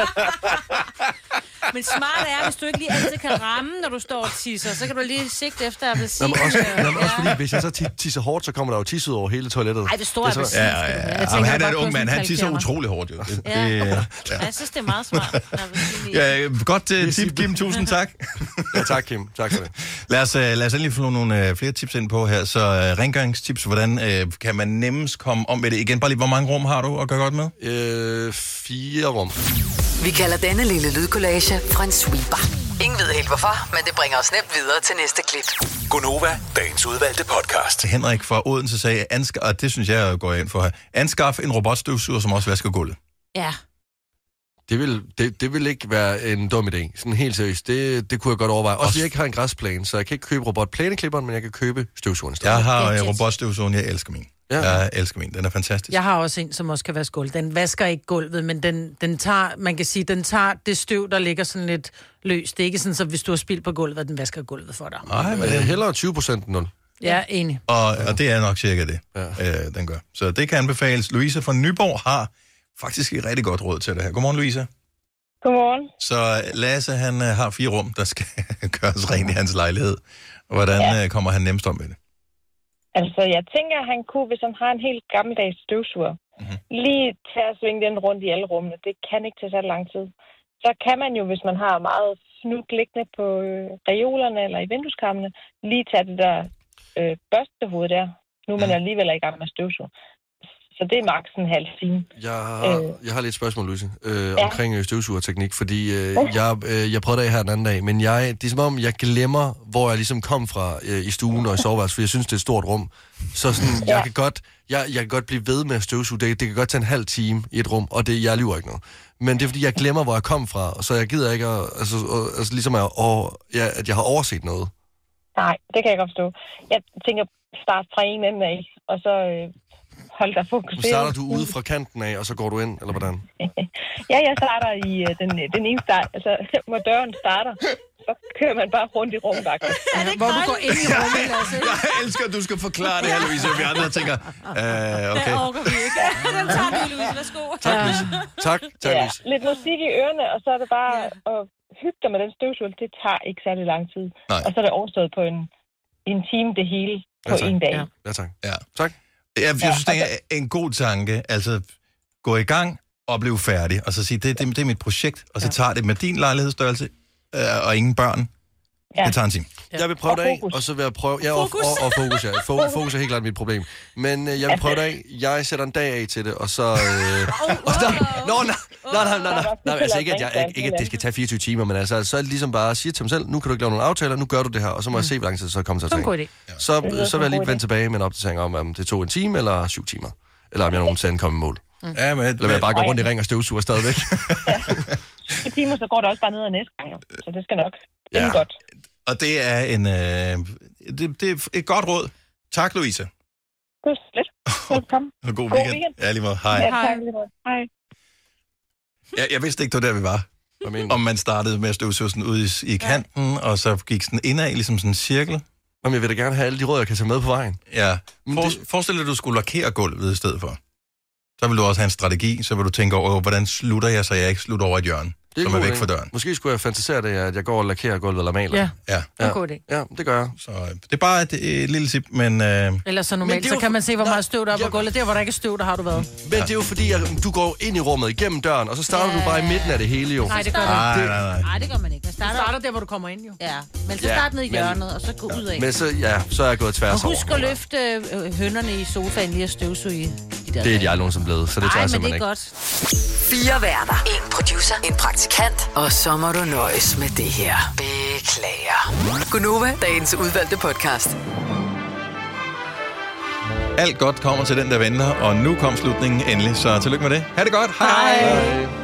Men smart er, hvis du ikke lige altid kan ramme, når du står og tisser, så kan du lige sigte efter appelsin. Også fordi, hvis jeg så tisser hårdt, så kommer der jo tis ud over hele toilettet. Nej, det står appelsin. Ja. Han er et ung mand, han tisser utrolig hårdt, jo. Jeg synes, det er meget smart. Godt tip, Kim. Tusind tak. Ja, tak, Kim. Tak for det. Lad os endelig få nogle flere tips ind på her. Så rengøringstips, hvordan kan man nemmest komme om med det? Igen, bare lige, hvor mange rum har du at gøre godt med? 4 rum. Vi kalder denne lille lydkollage en sweeper. Ingen ved helt hvorfor, men det bringer os nemt videre til næste klip. Gonova, dagens udvalgte podcast. Henrik fra Odense sagde, og det synes jeg går ind for her, anskaf en robotstøvsuger, som også vasker gulvet. Ja. Det vil ikke være en dum idé. Sådan helt seriøst. Det kunne jeg godt overveje. Også jeg ikke har en græsplæne, så jeg kan ikke købe robotplæneklipperen, men jeg kan købe støvsugeren. Jeg har robotstøvsugeren, jeg elsker min. Ja. Jeg elsker min, den er fantastisk. Jeg har også en, som også kan vaske gulvet. Den vasker ikke gulvet, men den tager, man kan sige, den tager det støv, der ligger sådan lidt løst. Det er ikke sådan, så hvis du har spildt på gulvet, at den vasker gulvet for dig. Nej, men det er hellere 20% 0. Ja, enig. Og det er nok cirka det, den gør. Så det kan anbefales. Louise fra Nyborg har faktisk et rigtig godt råd til det her. Godmorgen, Louise. Godmorgen. Så Lasse, han har 4 rum, der skal gøres rent i hans lejlighed. Hvordan kommer han nemmest om med det? Altså, jeg tænker, at han kunne, hvis han har en helt gammeldags støvsuger, lige tage og svinge den rundt i alle rummene. Det kan ikke tage så lang tid. Så kan man jo, hvis man har meget fnug liggende på reolerne eller i vindueskarmene, lige tage det der børstehoved der. Nu er man alligevel i gang med støvsuger. Så det er maks en halv time. Jeg har lidt spørgsmål, Louise, omkring støvsugerteknik, fordi jeg prøvede det her den anden dag, men det er som om, jeg glemmer, hvor jeg ligesom kom fra i stuen og i soveværelset, for jeg synes, det er et stort rum. Så sådan, jeg kan godt blive ved med at støvsuge. Det kan godt tage en halv time i et rum, og jeg lyver ikke noget. Men det er, fordi jeg glemmer, hvor jeg kom fra, så jeg gider ikke at jeg har overset noget. Nej, det kan jeg godt forstå. Jeg tænker, start fra en ende af, og så... hold dig fokuseret. Så starter du ude fra kanten af, og så går du ind, eller hvordan? Ja, jeg starter i den ene start. Altså, hvor døren starter, så kører man bare rundt i rumvagten. Hvor du går ind i rummet, Lasse. Jeg elsker, at du skal forklare det her, Louise. Vi andre tænker, okay. Det overgår vi ikke. Den tager vi, Louise. Værsgo. Tak, Louise. Tak, Louise. Lidt musik i ørerne, og så er det bare at hygge dig med den støvsuger. Det tager ikke særlig lang tid. Nej. Og så er det overstået på en time det hele på en dag. Ja, tak. Ja. Tak. Jeg synes, det er en god tanke. Altså, gå i gang og blive færdig. Og så sige, det er mit projekt. Og så tager det med din lejlighedsstørrelse og ingen børn. Ja. Det tager en time. Jeg vil prøve det af, og så vil jeg prøve... Ja, fokus. Og fokus, ja. Fokus er helt klart mit problem. Men jeg vil prøve det af. Jeg sætter en dag af til det, og så... Nej, altså ikke, at det skal tage 24 timer, men altså, så er det ligesom bare at sige til mig selv, nu kan du ikke lave nogle aftaler, nu gør du det her, og så må jeg se, hvor lang tid så kommer til at tage. Så vil jeg lige vende tilbage med en opdatering om det tog en time eller 7 timer. Eller om jeg nogensinde kommer i mål. Ja, men... Eller vil jeg bare gå rundt i ring og støvsuger stadigvæk. 7 timer, så går det også bare ned ad næste gang, så det skal nok. Det er godt. Og det er det er et godt råd. Tak, Louise. Det er lidt. Velkommen. God weekend. Ja, lige måde. Hej. Ja, tak, lige måde. Hej. Jeg vidste ikke, det var der, vi var. Om man startede med at støvsuge sådan ude i kanten, og så gik sådan indad, ligesom sådan en cirkel. Jamen, jeg vil da gerne have alle de råd, jeg kan tage med på vejen. Ja. Forestil dig, at du skulle lakere gulvet i stedet for. så vil du også have en strategi, så vil du tænke over, hvordan slutter jeg, så jeg ikke slutter over et hjørne, som er væk fra døren. Måske skulle jeg fantasere det, at jeg går og lakerer gulvet eller maler. Ja. Ja, det gør jeg. Så det er bare et lille tip, men... Eller så normalt, så kan man se, hvor meget støv der er på gulvet. Der, hvor der ikke er støv, der har du været. Men det er jo fordi, at du går ind i rummet igennem døren, og så starter du bare i midten af det hele jo. Nej, det gør man ikke. Nej, det gør man ikke. Du starter der, hvor du kommer ind jo. Ja, men så start ned i hjørnet, og så gå ud af. Men så er jeg gået tværs over. Og husk at løfte hønnerne i sofaen lige at støvsuge de der. Det er de aldrig nogensinde blevet, så det tager jeg simpelthen ikke. Nej, men det er godt. 4 værter, 1 producer, 1 praktikant, og så må du nøjes med det her. Beklager. Gunova, dagens udvalgte podcast. Alt godt kommer til den, der venter, og nu kom slutningen endelig, så tillykke med det. Ha' det godt. Hej.